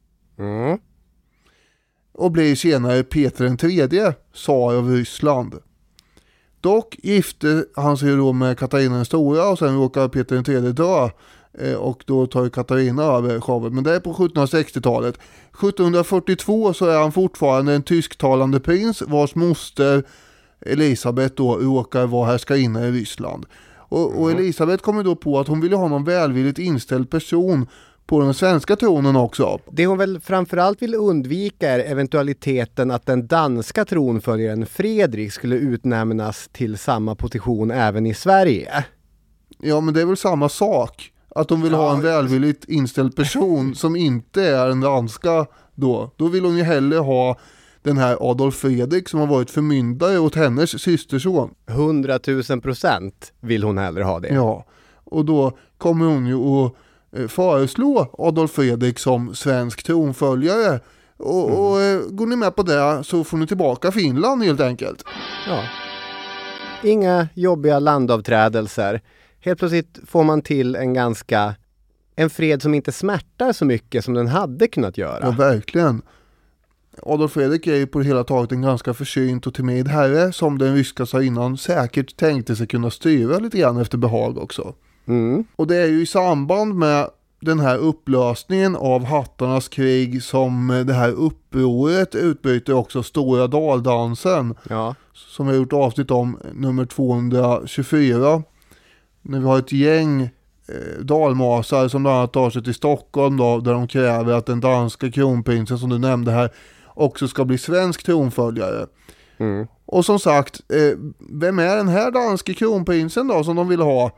Mm. Och blir senare Peter den tredje, tsar av Ryssland. Dock gifte han sig då med Katarina den stora och sen råkar Peter den tredje dö. Och då tar Katarina över showen. Men det är på sjuttonhundrasextiotalet. sjuttonhundrafyrtiotvå så är han fortfarande en tysktalande prins vars moster Elisabeth då råkar vara härskarinna i Ryssland. Och, och Elisabeth kommer då på att hon ville ha någon välvilligt inställd person på den svenska tronen också. Det hon väl framförallt vill undvika är eventualiteten att den danska tronföljaren Fredrik skulle utnämnas till samma position även i Sverige. Ja, men det är väl samma sak. Att de vill ja, ha en välvilligt inställd person som inte är en danska då. Då vill hon ju hellre ha den här Adolf Fredrik som har varit förmyndare åt hennes systerson. Hundratusen procent vill hon hellre ha det. Ja, och då kommer hon ju att föreslå Adolf Fredrik som svensk tronföljare. Och, mm. och eh, går ni med på det så får ni tillbaka Finland helt enkelt. Ja. Inga jobbiga landavträdelser. Helt plötsligt får man till en ganska en fred som inte smärtar så mycket som den hade kunnat göra. Ja, verkligen. Adolf Fredrik är ju på det hela taget en ganska försynt och timid herre som den ryska tsarinnan säkert tänkte sig kunna styra lite grann efter behag också. Mm. Och det är ju i samband med den här upplösningen av hattarnas krig som det här upproret utbryter också Stora Daldansen. Ja. Som vi har gjort avsnitt om, nummer tvåhundratjugofyra. När vi har ett gäng eh, dalmasar som bland annat tar sig till Stockholm då, där de kräver att den danska kronprinsen som du nämnde här också ska bli svensk tronföljare. Mm. Och som sagt, eh, vem är den här danska kronprinsen då som de vill ha?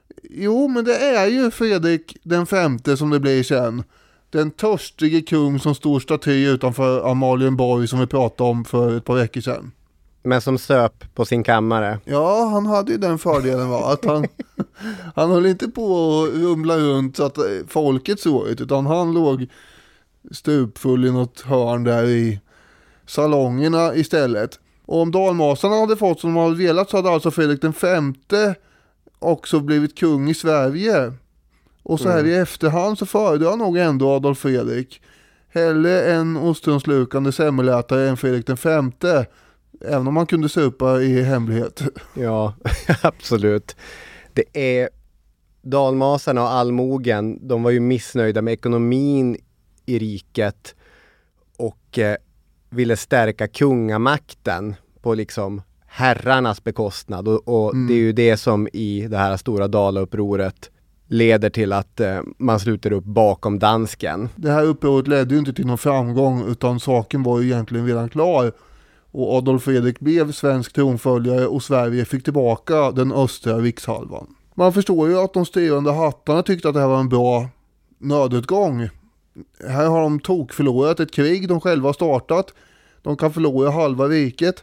Jo, men det är ju Fredrik den femte som det blir sen. Den törstige kung som står staty utanför Amalienborg som vi pratade om för ett par veckor sedan. Men som söp på sin kammare. Ja, han hade ju den fördelen var att han, han höll inte på att rumla runt så att folket såg ut, utan han låg stupfull i något hörn där i salongerna istället. Och om dalmasarna hade fått som de hade velat så hade alltså Fredrik den femte också blivit kung i Sverige. Och så här mm. i efterhand så föredrar nog ändå Adolf Fredrik hellre en ostronslukande semmelätare än Fredrik den femte. Även om man kunde supa i hemlighet. Ja, absolut. Det är dalmasarna och allmogen, de var ju missnöjda med ekonomin i riket och eh, ville stärka kungamakten på liksom herrarnas bekostnad. Och, och mm. det är ju det som i det här stora Dalaupproret leder till att eh, man sluter upp bakom dansken. Det här upproret ledde ju inte till någon framgång, utan saken var ju egentligen redan klar. Och Adolf Fredrik blev svensk tronföljare och Sverige fick tillbaka den östra rikshalvan. Man förstår ju att de styrande hattarna tyckte att det här var en bra nödutgång. Här har de tok förlorat ett krig de själva startat. De kan förlora halva riket.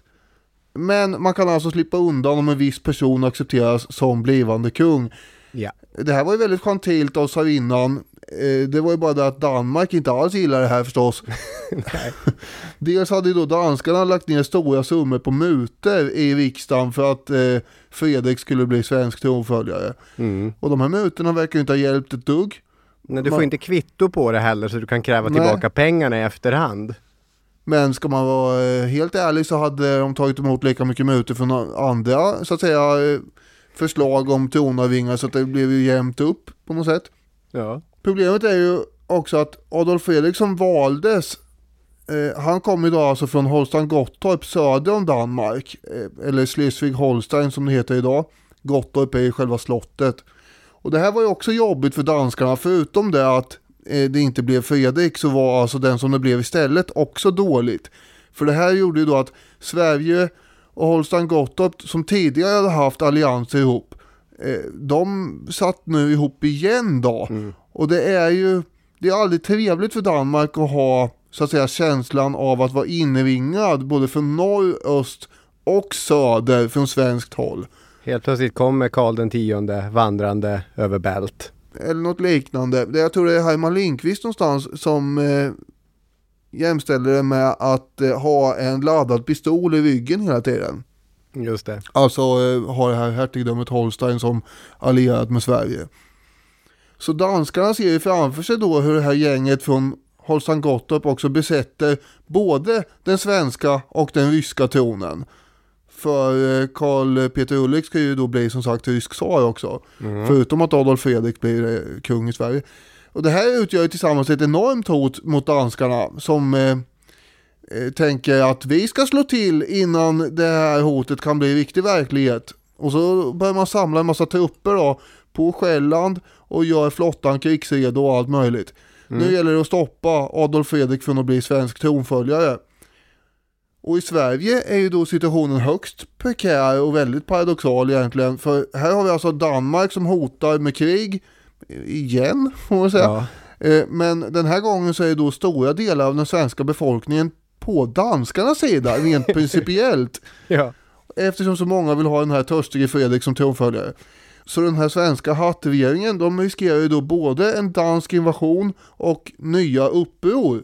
Men man kan alltså slippa undan om en viss person accepteras som blivande kung. Ja. Det här var ju väldigt gentilt av tsarinnan. Det var ju bara det att Danmark inte alls gillar det här förstås. Nej. Dels hade ju då danskarna lagt ner stora summor på muter i riksdagen för att eh, Fredrik skulle bli svensk tronföljare. Mm. Och de här muterna verkar ju inte ha hjälpt ett dugg. Nej, du får man... inte kvitto på det heller så du kan kräva Nej. tillbaka pengarna i efterhand. Men ska man vara eh, helt ärlig så hade de tagit emot lika mycket muter från andra så att säga eh, förslag om tronarvingar så att det blev ju jämnt upp på något sätt. Ja. Problemet är ju också att Adolf Fredrik som valdes, eh, han kom ju då alltså från Holstein Gottorp söder om Danmark, eh, eller Schleswig-Holstein som det heter idag. Gottorp är ju själva slottet. Och det här var ju också jobbigt för danskarna, förutom det att eh, det inte blev Fredrik, så var alltså den som det blev istället också dåligt. För det här gjorde ju då att Sverige och Holstein Gottorp, som tidigare hade haft allianser ihop, eh, de satt nu ihop igen då. Mm. Och det är ju, det är aldrig trevligt för Danmark att ha, så att säga, känslan av att vara inringad både från norr, öst och söder från svenskt håll. Helt plötsligt kommer Karl den tionde vandrande över bält. Eller något liknande. Det, jag tror det är Herman Lindqvist någonstans som eh, jämställer det med att eh, ha en laddad pistol i ryggen hela tiden. Just det. Alltså eh, har det här hertigdömet Holstein som allierat med Sverige. Så danskarna ser ju framför sig då hur det här gänget från Holstein Gottorp också besätter både den svenska och den ryska tronen. För Karl Peter Ulrik ska ju då bli som sagt rysk tsar också. Mm. Förutom att Adolf Fredrik blir kung i Sverige. Och det här utgör ju tillsammans ett enormt hot mot danskarna som eh, tänker att vi ska slå till innan det här hotet kan bli riktig verklighet. Och så börjar man samla en massa trupper då på Själland och gör flottan krigsredo och allt möjligt. Mm. Nu gäller det att stoppa Adolf Fredrik från att bli svensk tronföljare. Och i Sverige är ju då situationen högst prekär och väldigt paradoxal egentligen. För här har vi alltså Danmark som hotar med krig igen, får man säga. Ja. Men den här gången så är då stora delar av den svenska befolkningen på danskarnas sida, rent principiellt. Ja. Eftersom så många vill ha den här törstige Fredrik som tronföljare. Så den här svenska hattregeringen, de riskerar ju då både en dansk invasion och nya uppror.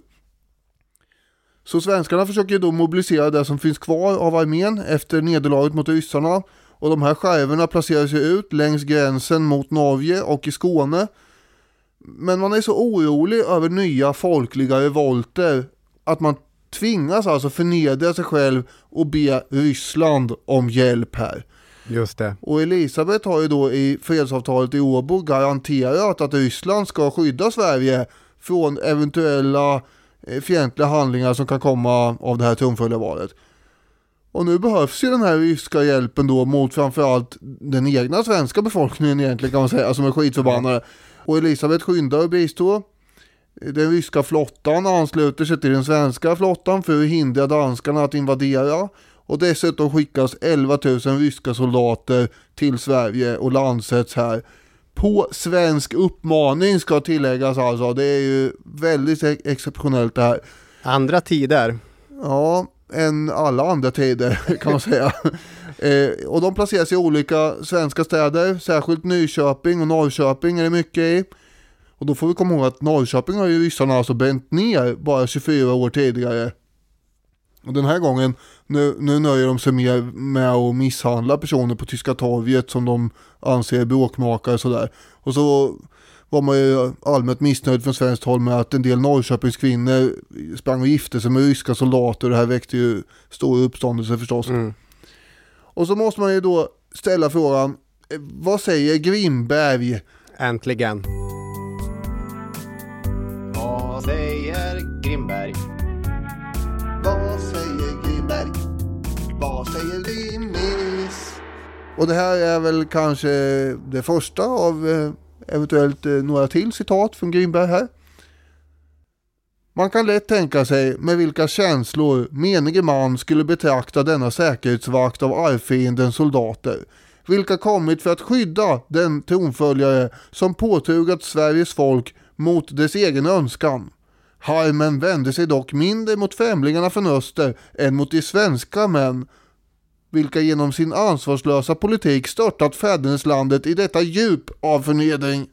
Så svenskarna försöker då mobilisera det som finns kvar av armén efter nederlaget mot ryssarna. Och de här skärvorna placerar sig ut längs gränsen mot Norge och i Skåne. Men man är så orolig över nya folkliga revolter att man tvingas alltså förnedra sig själv och be Ryssland om hjälp här. Just det. Och Elisabeth har ju då i fredsavtalet i Åbo garanterat att Ryssland ska skydda Sverige från eventuella fientliga handlingar som kan komma av det här tronföljarvalet. Och nu behövs ju den här ryska hjälpen då mot framförallt den egna svenska befolkningen egentligen, kan man säga, som är skitförbannade. Och Elisabeth skyndar och bistår. Den ryska flottan ansluter sig till den svenska flottan för att hindra danskarna att invadera. Och dessutom skickas elva tusen ryska soldater till Sverige och landsätts här. På svensk uppmaning ska tilläggas alltså. Det är ju väldigt exceptionellt det här. Andra tider. Ja, än alla andra tider kan man säga. eh, och de placeras i olika svenska städer. Särskilt Nyköping och Norrköping är det mycket i. Och då får vi komma ihåg att Norrköping har ju ryssarna alltså bränt ner bara tjugofyra år tidigare. Och den här gången, nu, nu nöjer de sig mer med att misshandla personer på Tyska torget som de anser bråkmakare och sådär. Och så var man ju allmänt missnöjd från svenskt håll med att en del Norrköpingskvinnor sprang och gifte sig med ryska soldater. Det här väckte ju stor uppståndelse förstås. Mm. Och så måste man ju då ställa frågan, vad säger Grimberg? Äntligen. Vad säger Grimberg? Vad säger Grimberg? Vad säger Grimmis? Och det här är väl kanske det första av eh, eventuellt eh, några till citat från Grimberg här. Man kan lätt tänka sig med vilka känslor menige man skulle betrakta denna säkerhetsvakt av arvfiendens soldater, vilka kommit för att skydda den tronföljare som påtugat Sveriges folk mot dess egen önskan. Harmen vände sig dock mindre mot främlingarna från öster än mot de svenska män, vilka genom sin ansvarslösa politik störtat fäderneslandet i detta djup av förnedring.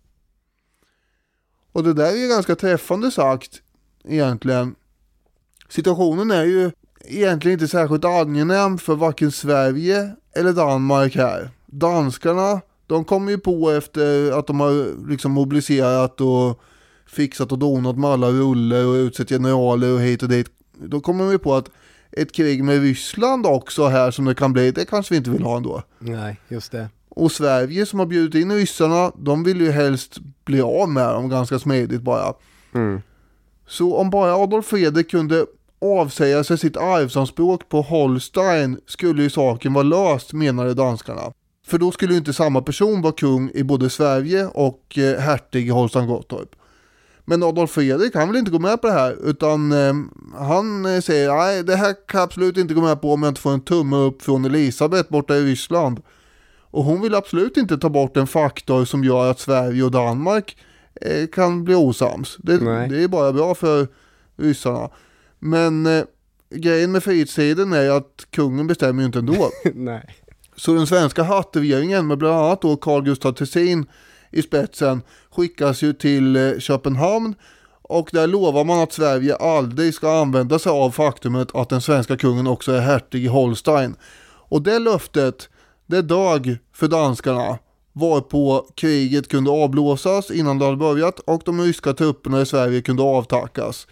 Och det där är ju ganska träffande sagt egentligen. Situationen är ju egentligen inte särskilt angenäm för varken Sverige eller Danmark här. Danskarna, de kommer ju på efter att de har liksom mobiliserat och fixat och donat med alla ruller och utsett generaler och hit och dit. Då kommer vi på att ett krig med Ryssland också här som det kan bli, det kanske vi inte vill ha ändå. Nej, just det. Och Sverige som har bjudit in ryssarna, de vill ju helst bli av med dem ganska smidigt bara. Mm. Så om bara Adolf Fredrik kunde avsäga sig sitt arvsanspråk på Holstein skulle ju saken vara löst, menade danskarna. För då skulle ju inte samma person vara kung i både Sverige och eh, hertig i Holstein-Gottorp. Men Adolf Fredrik, han vill inte gå med på det här, utan eh, han eh, säger nej, det här kan jag absolut inte gå med på om jag inte får en tumme upp från Elisabeth borta i Ryssland. Och hon vill absolut inte ta bort en faktor som gör att Sverige och Danmark eh, kan bli osams. Det, det är bara bra för ryssarna. Men eh, grejen med frihetstiden är att kungen bestämmer ju inte ändå. Nej. Så den svenska hattregeringen med bland annat då Carl Gustaf Tessin i spetsen skickas ju till eh, Köpenhamn, och där lovar man att Sverige aldrig ska använda sig av faktumet att den svenska kungen också är hertig i Holstein. Och det löftet, det dög för danskarna, varpå kriget kunde avblåsas innan det hade börjat och de ryska trupperna i Sverige kunde avtackas.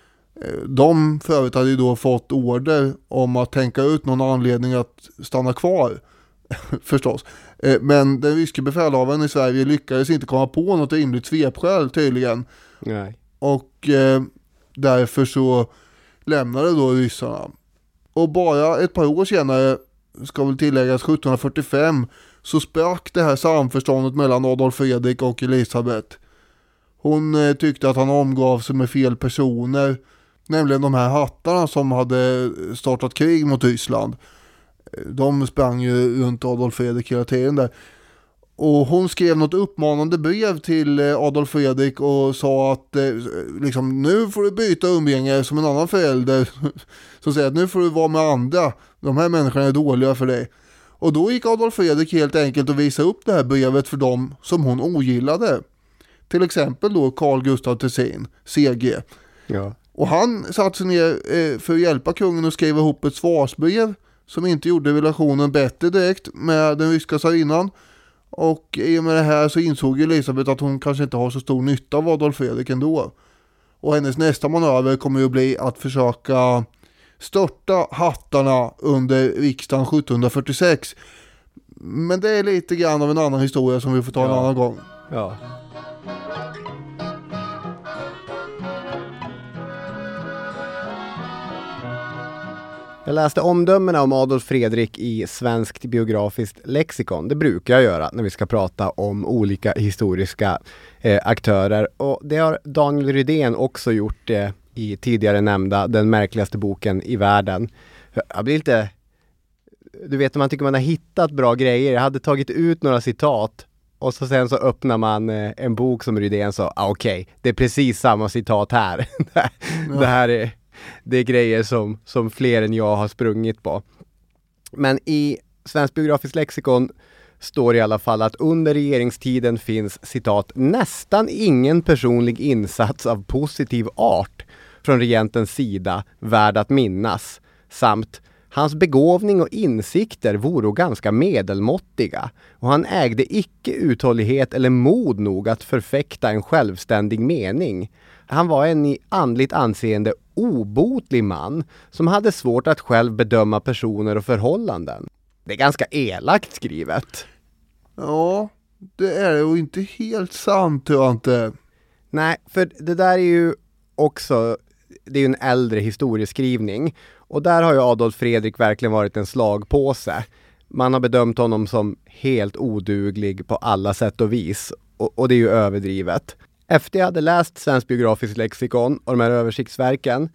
De förut hade ju då fått order om att tänka ut någon anledning att stanna kvar, förstås. Men den ryska befälhavaren i Sverige lyckades inte komma på något rimligt svepskäl tydligen. Nej. Och eh, därför så lämnade då ryssarna. Och bara ett par år senare, ska väl tilläggas sjuttonhundrafyrtiofem, så sprack det här samförståndet mellan Adolf Fredrik och Elisabeth. Hon eh, tyckte att han omgav sig med fel personer, nämligen de här hattarna som hade startat krig mot Ryssland. De sprang ju runt Adolf Fredrik hela tiden där. Och hon skrev något uppmanande brev till Adolf Fredrik och sa att eh, liksom, nu får du byta umgänge som en annan förälder som säger att nu får du vara med andra. De här människorna är dåliga för dig. Och då gick Adolf Fredrik helt enkelt och visade upp det här brevet för dem som hon ogillade. Till exempel då Carl Gustaf Tessin, C G. Ja. Och han satte sig ner eh, för att hjälpa kungen att skriva ihop ett svarsbrev som inte gjorde relationen bättre direkt med den ryska tsarinnan. Och i och med det här så insåg Elisabeth att hon kanske inte har så stor nytta av Adolf Fredrik ändå. Och hennes nästa manöver kommer ju att bli att försöka störta hattarna under riksdagen sjuttonhundrafyrtiosex. Men det är lite grann av en annan historia som vi får ta en ja. annan gång. Ja. Jag läste omdömena om Adolf Fredrik i Svenskt biografiskt lexikon. Det brukar jag göra när vi ska prata om olika historiska eh, aktörer. Och det har Daniel Rydén också gjort eh, i tidigare nämnda Den märkligaste boken i världen. Jag blir lite... Du vet, man tycker man har hittat bra grejer. Jag hade tagit ut några citat och så sen så öppnar man eh, en bok som Rydén sa. Ah, okej, okay, det är precis samma citat här. Det här är... Det är grejer som, som fler än jag har sprungit på. Men i Svenskt biografiskt lexikon står i alla fall att under regeringstiden finns, citat, nästan ingen personlig insats av positiv art från regentens sida värd att minnas. Samt hans begåvning och insikter vore ganska medelmåttiga och han ägde icke uthållighet eller mod nog att förfäkta en självständig mening. Han var en i andligt anseende obotlig man som hade svårt att själv bedöma personer och förhållanden. Det är ganska elakt skrivet. Ja, det är det och inte helt sant, tror jag inte. Nej, för det där är ju också, det är ju en äldre historieskrivning. Och där har ju Adolf Fredrik verkligen varit en slagpåse. Man har bedömt honom som helt oduglig på alla sätt och vis. Och, och det är ju överdrivet. Efter jag hade läst Svenskt biografiskt lexikon och de här översiktsverken,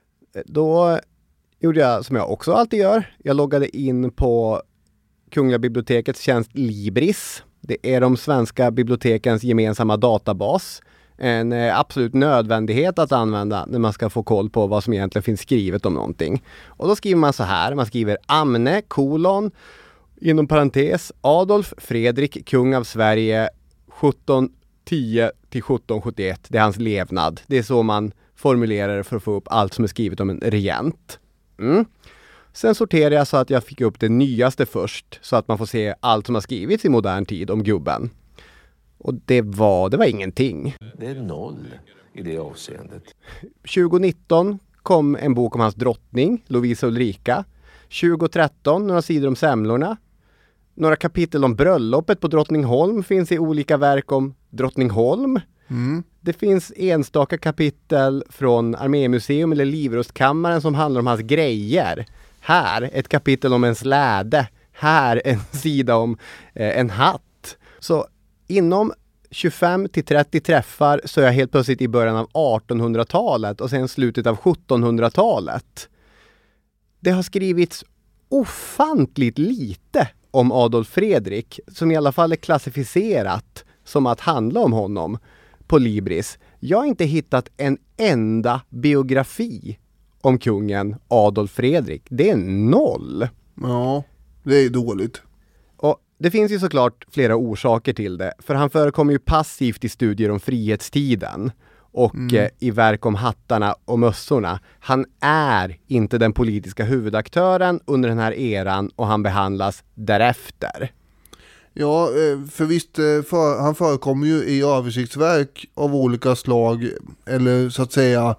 då gjorde jag som jag också alltid gör. Jag loggade in på Kungliga bibliotekets tjänst Libris. Det är de svenska bibliotekens gemensamma databas. En eh, absolut nödvändighet att använda när man ska få koll på vad som egentligen finns skrivet om någonting. Och då skriver man så här, man skriver Amne, kolon, inom parentes, Adolf Fredrik, kung av Sverige, sjutton tio till sjutton sjuttioett. Det är hans levnad. Det är så man formulerar för att få upp allt som är skrivet om en regent. Mm. Sen sorterar jag så att jag fick upp det nyaste först, så att man får se allt som har skrivits i modern tid om gubben. Och det var, det var ingenting. Det är noll i det avseendet. tjugonitton kom en bok om hans drottning, Lovisa Ulrika. tjugotretton, några sidor om semlorna. Några kapitel om bröllopet på Drottningholm finns i olika verk om Drottningholm. Mm. Det finns enstaka kapitel från Armémuseum eller Livrustkammaren som handlar om hans grejer. Här ett kapitel om en släde. Här en sida om eh, en hatt. Så inom tjugofem till trettio träffar så är jag helt plötsligt i början av artonhundratalet och sen slutet av sjuttonhundratalet. Det har skrivits ofantligt lite om Adolf Fredrik, som i alla fall är klassificerat som att handla om honom på Libris. Jag har inte hittat en enda biografi om kungen Adolf Fredrik. Det är noll. Ja, det är dåligt. Och det finns ju såklart flera orsaker till det. För han förekommer ju passivt i studier om frihetstiden. Och mm. eh, i verk om hattarna och mössorna. Han är inte den politiska huvudaktören under den här eran och han behandlas därefter. Ja, för visst, för, han förekommer ju i översiktsverk av olika slag, eller så att säga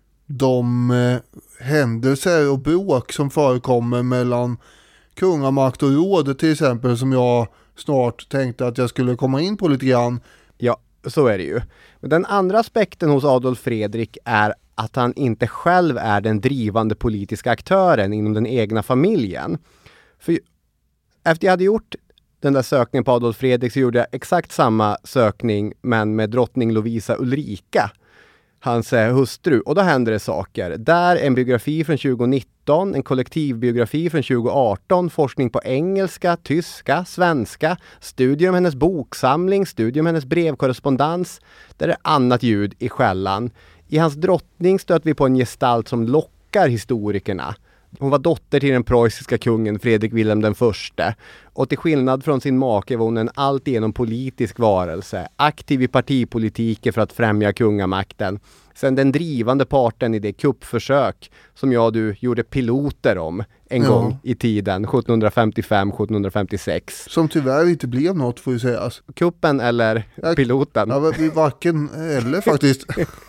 de eh, händelser och bråk som förekommer mellan kungamakt och råd till exempel, som jag snart tänkte att jag skulle komma in på lite grann. Ja, så är det ju. Men den andra aspekten hos Adolf Fredrik är att han inte själv är den drivande politiska aktören inom den egna familjen. För efter jag hade gjort den där sökningen på Adolf Fredrik så gjorde jag exakt samma sökning men med drottning Lovisa Ulrika, hans hustru. Och då händer det saker. Där en biografi från tjugonitton, en kollektivbiografi från tjugoarton, forskning på engelska, tyska, svenska, studier om hennes boksamling, studier om hennes brevkorrespondens. Där är annat ljud i skällan. I hans drottning stöter vi på en gestalt som lockar historikerna. Hon var dotter till den preussiska kungen Fredrik Wilhelm den förste. Och till skillnad från sin make var hon en alltigenom politisk varelse. Aktiv i partipolitiken för att främja kungamakten. Sen den drivande parten i det kuppförsök som jag och du gjorde piloter om en ja. gång i tiden. sjuttonhundrafemtiofem sjuttonhundrafemtiosex. Som tyvärr inte blev något, får ju sägas. Kuppen eller ja, piloten? Ja, varken eller faktiskt.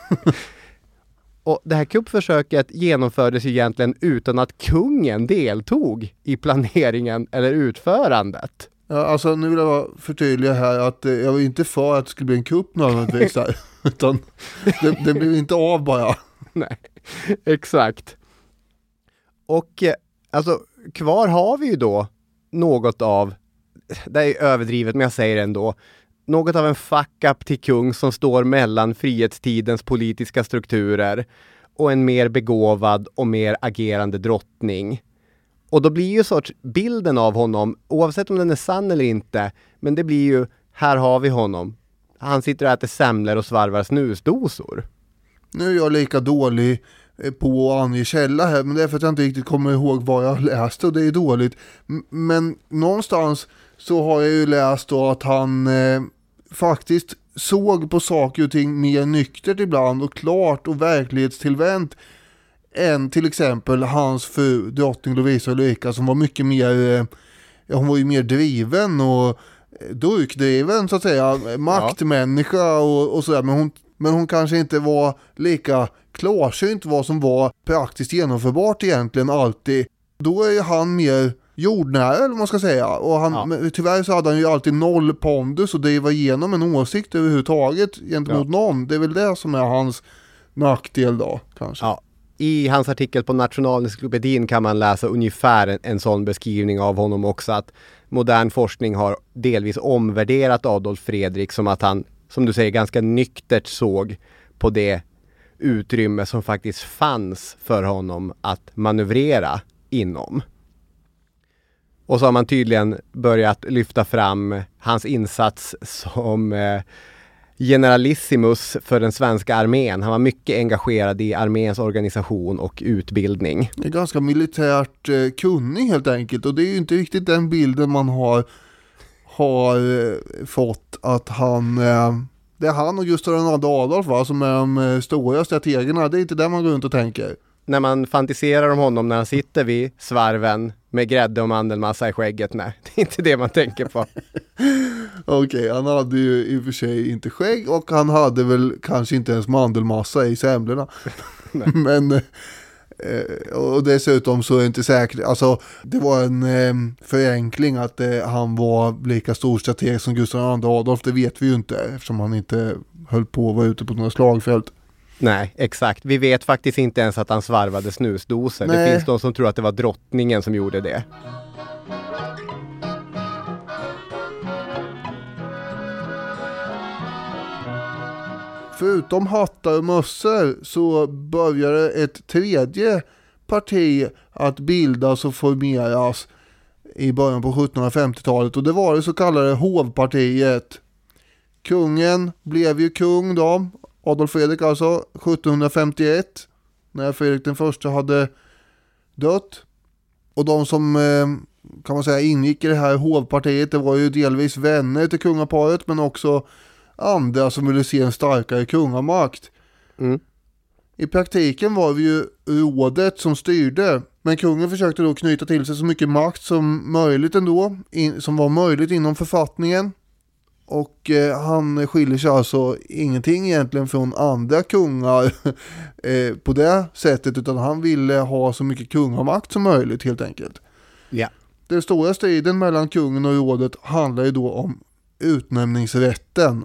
Och det här kuppförsöket genomfördes egentligen utan att kungen deltog i planeringen eller utförandet. Ja, alltså nu vill jag förtydliga här att eh, jag var inte för att det skulle bli en kupp nödvändigtvis här, utan det, det blev inte av bara. Nej, exakt. Och eh, alltså kvar har vi ju då något av, det är överdrivet men jag säger det ändå, något av en fuck-up till kung som står mellan frihetstidens politiska strukturer och en mer begåvad och mer agerande drottning. Och då blir ju sorts bilden av honom, oavsett om den är sann eller inte, men det blir ju, här har vi honom. Han sitter och äter semlor och svarvar snusdosor. Nu är jag lika dålig på att ange källa här, men det är för att jag inte riktigt kommer ihåg vad jag läste och det är dåligt. Men någonstans så har jag ju läst då att han eh, faktiskt såg på saker och ting mer nyktert ibland och klart och verklighetstillvänt än till exempel hans fru drottning Lovisa Ulrika, som var mycket mer, eh, ja, hon var ju mer driven och durkdriven så att säga, maktmänniska och, och sådär, men hon, men hon kanske inte var lika klarsynt vad som var praktiskt genomförbart egentligen alltid. Då är ju han mer jordnära, eller vad man ska säga. Och han, ja. tyvärr så hade han ju alltid noll pondus och driva igenom en åsikt överhuvudtaget gentemot ja. någon. Det är väl det som är hans nackdel då, kanske. Ja. I hans artikel på Nationalencyklopedin kan man läsa ungefär en, en sån beskrivning av honom också, att modern forskning har delvis omvärderat Adolf Fredrik som att han, som du säger, ganska nyktert såg på det utrymme som faktiskt fanns för honom att manövrera inom. Och så har man tydligen börjat lyfta fram hans insats som eh, generalissimus för den svenska armén. Han var mycket engagerad i arméns organisation och utbildning. Det är ganska militärt eh, kunnig helt enkelt, och det är ju inte riktigt den bilden man har, har eh, fått att han... Eh, det är han och Gustav den andra Adolf, va, som är de eh, stora strategerna. Det är inte där man går runt och tänker. När man fantiserar om honom när han sitter vid svarven med grädde och mandelmassa i skägget, nej, det är inte det man tänker på. Okej, okay, han hade ju i och för sig inte skägg och han hade väl kanske inte ens mandelmassa i semlorna. Men Eh, och dessutom så är det inte säkert, alltså det var en eh, förenkling att eh, han var lika stor strateg som Gustav den andre Adolf, det vet vi ju inte eftersom han inte höll på att vara ute på några slagfält. Nej, exakt. Vi vet faktiskt inte ens att han svarvade snusdoser. Nej. Det finns de som tror att det var drottningen som gjorde det. Förutom hattar och mössor så började ett tredje parti att bildas och formeras i början på sjuttonhundrafemtiotalet och det var det så kallade hovpartiet. Kungen blev ju kung då, Adolf Fredrik alltså, sjuttonhundrafemtioett när Fredrik den första hade dött. Och de som kan man säga ingick i det här hovpartiet, det var ju delvis vänner till kungaparet men också andra som ville se en starkare kungamakt. Mm. I praktiken var det ju rådet som styrde, men kungen försökte då knyta till sig så mycket makt som möjligt ändå, in, som var möjligt inom författningen. Och eh, han skiljer sig alltså ingenting egentligen från andra kungar eh, på det sättet, utan han ville ha så mycket kungamakt som möjligt helt enkelt. Ja. Den stora striden mellan kungen och rådet handlar ju då om utnämningsrätten.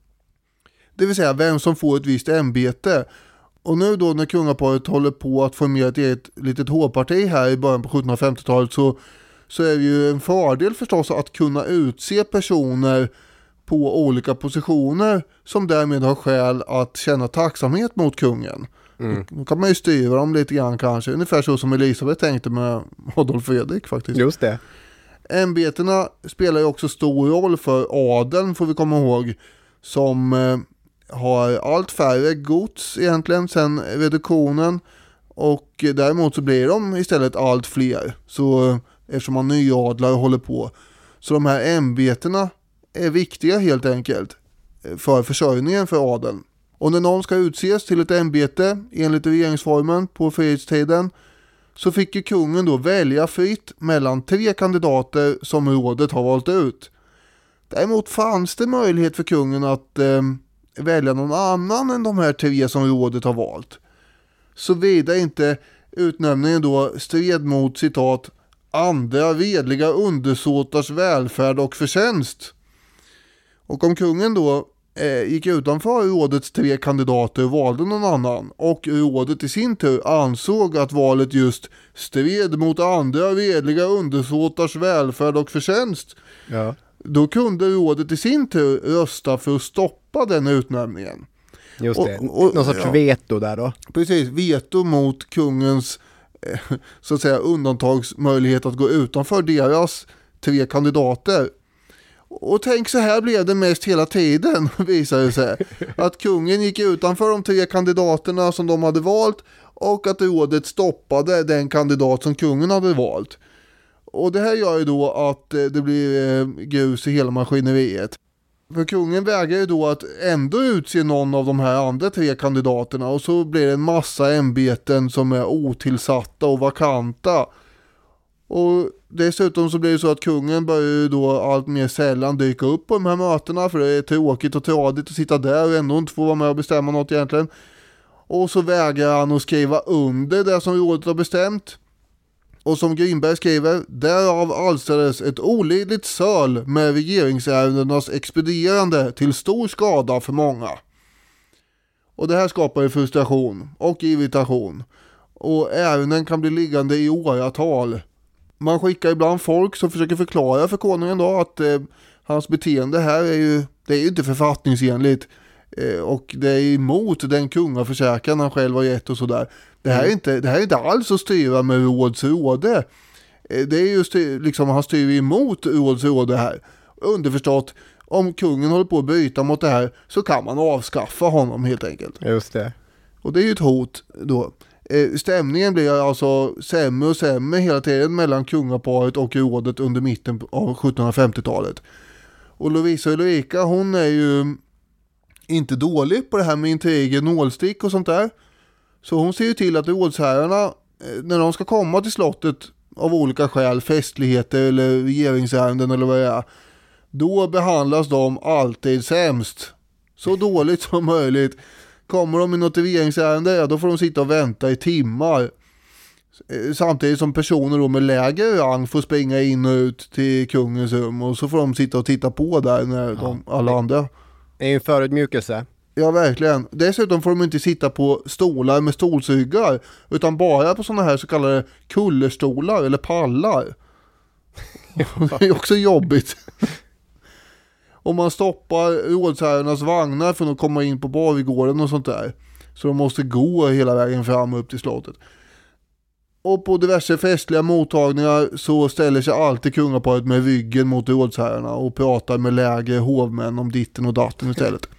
Det vill säga vem som får ett visst ämbete. Och nu då när kungaparet håller på att formera ett eget litet hovparti här i början på sjuttonhundrafemtiotalet så, så är det ju en fördel förstås att kunna utse personer på olika positioner som därmed har skäl att känna tacksamhet mot kungen. Mm. Då kan man ju styra dem lite grann kanske, ungefär så som Elisabeth tänkte med Adolf Fredrik faktiskt. Just det. Ämbetena spelar ju också stor roll för adeln, får vi komma ihåg, som eh, har allt färre gods egentligen sedan reduktionen, och eh, däremot så blir de istället allt fler, så eh, eftersom man nyadlar och håller på. Så de här ämbetena är viktiga helt enkelt för försörjningen för adeln. Och när någon ska utses till ett ämbete enligt regeringsformen på frihetstiden så fick ju kungen då välja fritt mellan tre kandidater som rådet har valt ut. Däremot fanns det möjlighet för kungen att eh, välja någon annan än de här tre som rådet har valt. Såvida inte utnämningen då stred mot citat andra vedliga undersåtars välfärd och förtjänst. Och om kungen då eh, gick utanför rådets tre kandidater och valde någon annan, och rådet i sin tur ansåg att valet just stred mot andra vedliga undersåtars välfärd och förtjänst, ja. Då kunde rådet i sin tur rösta för att stoppa den utnämningen. Just det, och, och, någon sorts ja. veto där då. Precis, veto mot kungens eh, så att säga undantagsmöjlighet att gå utanför deras tre kandidater. Och tänk, så här blev det mest hela tiden, visar det sig. Att kungen gick utanför de tre kandidaterna som de hade valt, och att rådet stoppade den kandidat som kungen hade valt. Och det här gör ju då att det blir grus i hela maskineriet. För kungen vägrar ju då att ändå utse någon av de här andra tre kandidaterna, och så blir det en massa ämbeten som är otillsatta och vakanta. Och dessutom så blir det så att kungen börjar ju då allt mer sällan dyka upp på de här mötena, för det är tråkigt och tradigt att sitta där och ändå inte få vara med och bestämma något egentligen. Och så vägrar han att skriva under det som rådet har bestämt. Och som Grimberg skriver, därav alstrades ett olidligt söl med regeringsärendenas expedierande till stor skada för många. Och det här skapar ju frustration och irritation. Och ärenden kan bli liggande i åratal. Man skickar ibland folk som försöker förklara för konungen då att eh, hans beteende här är ju, det är ju inte författningsenligt. Eh, och det är emot den kungaförsäkran han själv har gett och sådär. Det här är inte, det här är inte alls att styra med råds råde. Eh, det är just liksom, han styr emot råds råde här. Underförstått, om kungen håller på att byta mot det här så kan man avskaffa honom helt enkelt. Just det. Och det är ju ett hot då. Stämningen blir alltså sämre och sämre hela tiden mellan kungaparet och rådet under mitten av sjuttonhundrafemtiotalet. Och Lovisa Ulrika, hon är ju inte dålig på det här med intriger, nålstick och sånt där. Så hon ser ju till att rådsherrarna, när de ska komma till slottet av olika skäl, festligheter eller regeringsärenden eller vad det är, då behandlas de alltid sämst. Så dåligt som möjligt. Kommer de i något regeringsärende, ja, då får de sitta och vänta i timmar. Samtidigt som personer då med lägre rang får springa in och ut till kungens rum och så får de sitta och titta på där när ja, de, alla det, andra. Det är en förödmjukelse. Ja, verkligen. Dessutom får de inte sitta på stolar med stolsryggar utan bara på sådana här så kallade kullerstolar eller pallar. Det är också jobbigt. Om man stoppar rådsherrarnas vagnar för att komma in på bargården och sånt där. Så de måste gå hela vägen fram upp till slottet. Och på diverse festliga mottagningar så ställer sig alltid kungaparet med ryggen mot rådsherrarna och pratar med lägre hovmän om ditten och datten istället.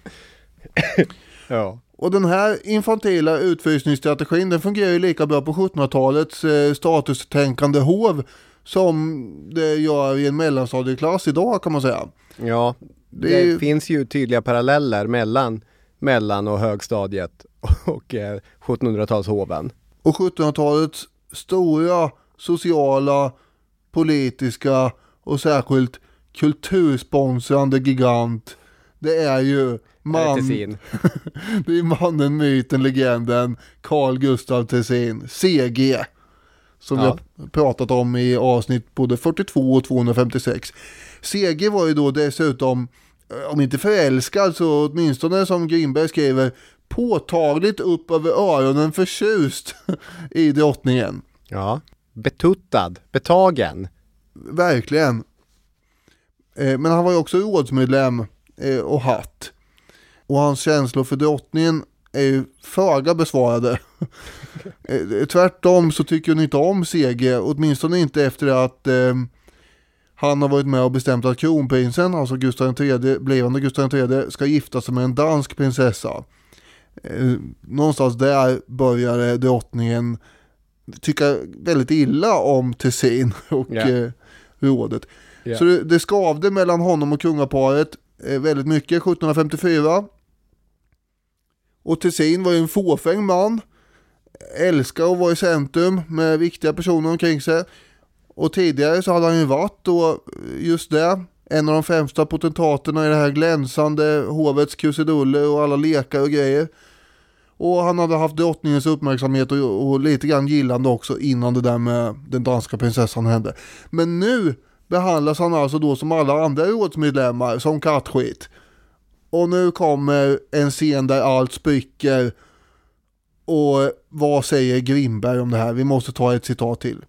Ja. Och den här infantila utfrysningsstrategin den fungerar ju lika bra på sjuttonhundratalets eh, statustänkande hov som det gör i en mellanstadieklass idag kan man säga. Ja, det, det är... finns ju tydliga paralleller mellan mellan- och högstadiet och eh, sjuttonhundratalshoven. Och sjuttonhundratalets stora sociala, politiska och särskilt kultursponsrande gigant, det är ju man, det är mannen, myten, legenden Carl Gustaf Tessin, C G, som ja. vi har pratat om i avsnitt både fyrtiotvå och tvåhundrafemtiosex. C G var ju då dessutom, om inte förälskad så åtminstone som Grimberg skriver, påtagligt upp över öronen förtjust i drottningen. Ja, betuttad, betagen. Verkligen. Men han var ju också rådsmedlem och hatt. Och hans känslor för drottningen är ju föga besvarade. Tvärtom så tycker hon inte om C G, åtminstone inte efter att eh, han har varit med och bestämt att kronprinsen, alltså Gustav den tredje, blivande Gustav den tredje, ska gifta sig med en dansk prinsessa. Eh, någonstans där började drottningen tycka väldigt illa om Tessin och yeah. eh, rådet. Yeah. Så det, det skavde mellan honom och kungaparet eh, väldigt mycket sjuttonhundrafemtiofyra. Och Tessin var ju en fåfäng man, älskar att vara i centrum med viktiga personer omkring sig. Och tidigare så hade han ju varit då just det, en av de främsta potentaterna i det här glänsande hovets krusiduller och alla lekar och grejer. Och han hade haft drottningens uppmärksamhet och, och lite grann gillande också innan det där med den danska prinsessan hände. Men nu behandlas han alltså då som alla andra rådsmedlemmar, som kattskit. Och nu kommer en scen där allt spricker. Och vad säger Grimberg om det här? Vi måste ta ett citat till.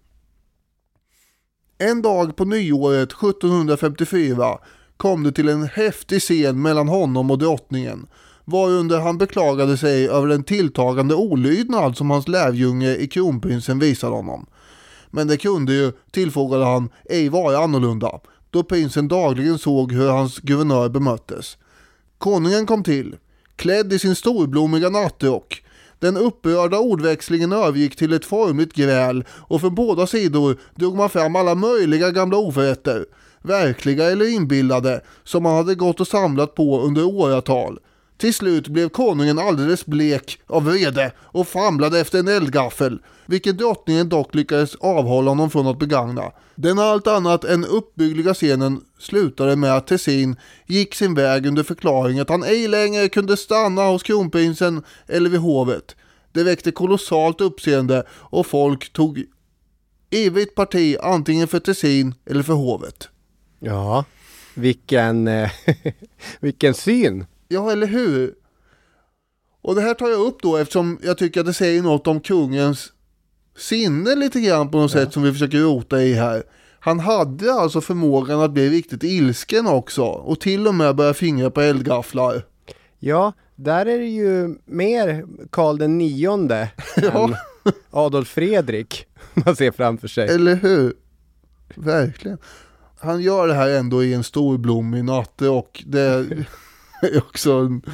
En dag på nyåret sjuttonhundrafemtiofyra kom det till en häftig scen mellan honom och drottningen, varunder han beklagade sig över den tilltagande olydnad som hans lärjunge i kronprinsen visade honom. Men det kunde ju, tillfogade han, ej vara annorlunda, då prinsen dagligen såg hur hans guvernör bemöttes. Konungen kom till, klädd i sin storblommiga nattrock. Den upprörda ordväxlingen övergick till ett formligt gräl och för båda sidor drog man fram alla möjliga gamla oförrätter, verkliga eller inbillade, som man hade gått och samlat på under åratal. Till slut blev konungen alldeles blek av vrede och famlade efter en eldgaffel, vilket drottningen dock lyckades avhålla honom från att begagna. Den allt annat än uppbyggliga scenen slutade med att Tessin gick sin väg under förklaring att han ej längre kunde stanna hos kronprinsen eller vid hovet. Det väckte kolossalt uppseende och folk tog evigt parti antingen för Tessin eller för hovet. Ja, vilken, vilken syn! Ja, eller hur? Och det här tar jag upp då eftersom jag tycker att det säger något om kungens sinne lite grann på något ja. sätt som vi försöker rota i här. Han hade alltså förmågan att bli riktigt ilsken också och till och med börja fingra på eldgafflar. Ja, där är det ju mer Karl den nionde ja. än Adolf Fredrik man ser framför sig. Eller hur? Verkligen. Han gör det här ändå i en stor blommig natt och det är också en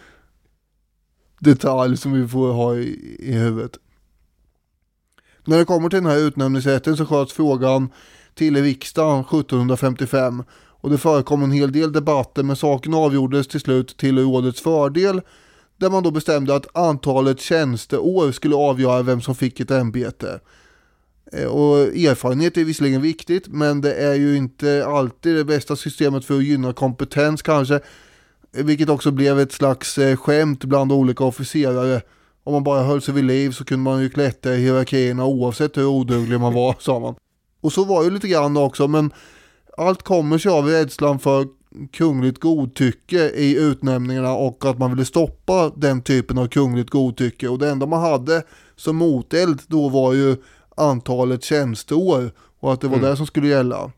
detalj som vi får ha i, i huvudet. När det kommer till den här utnämningsrätten så sköts frågan till i riksdagen sjuttonhundrafemtiofem och det förekom en hel del debatter, men saken avgjordes till slut till rådets fördel, där man då bestämde att antalet tjänsteår skulle avgöra vem som fick ett ämbete. Och erfarenhet är visserligen viktigt, men det är ju inte alltid det bästa systemet för att gynna kompetens kanske, vilket också blev ett slags skämt bland olika officerare om man bara höll sig vid liv så kunde man ju klättra i hierarkierna oavsett hur oduglig man var, sa man. Och så var ju lite grann också, men allt kommer sig av rädslan för kungligt godtycke i utnämningarna och att man ville stoppa den typen av kungligt godtycke. Och det enda man hade som moteld då var ju antalet tjänsteår och att det var mm. det som skulle gälla.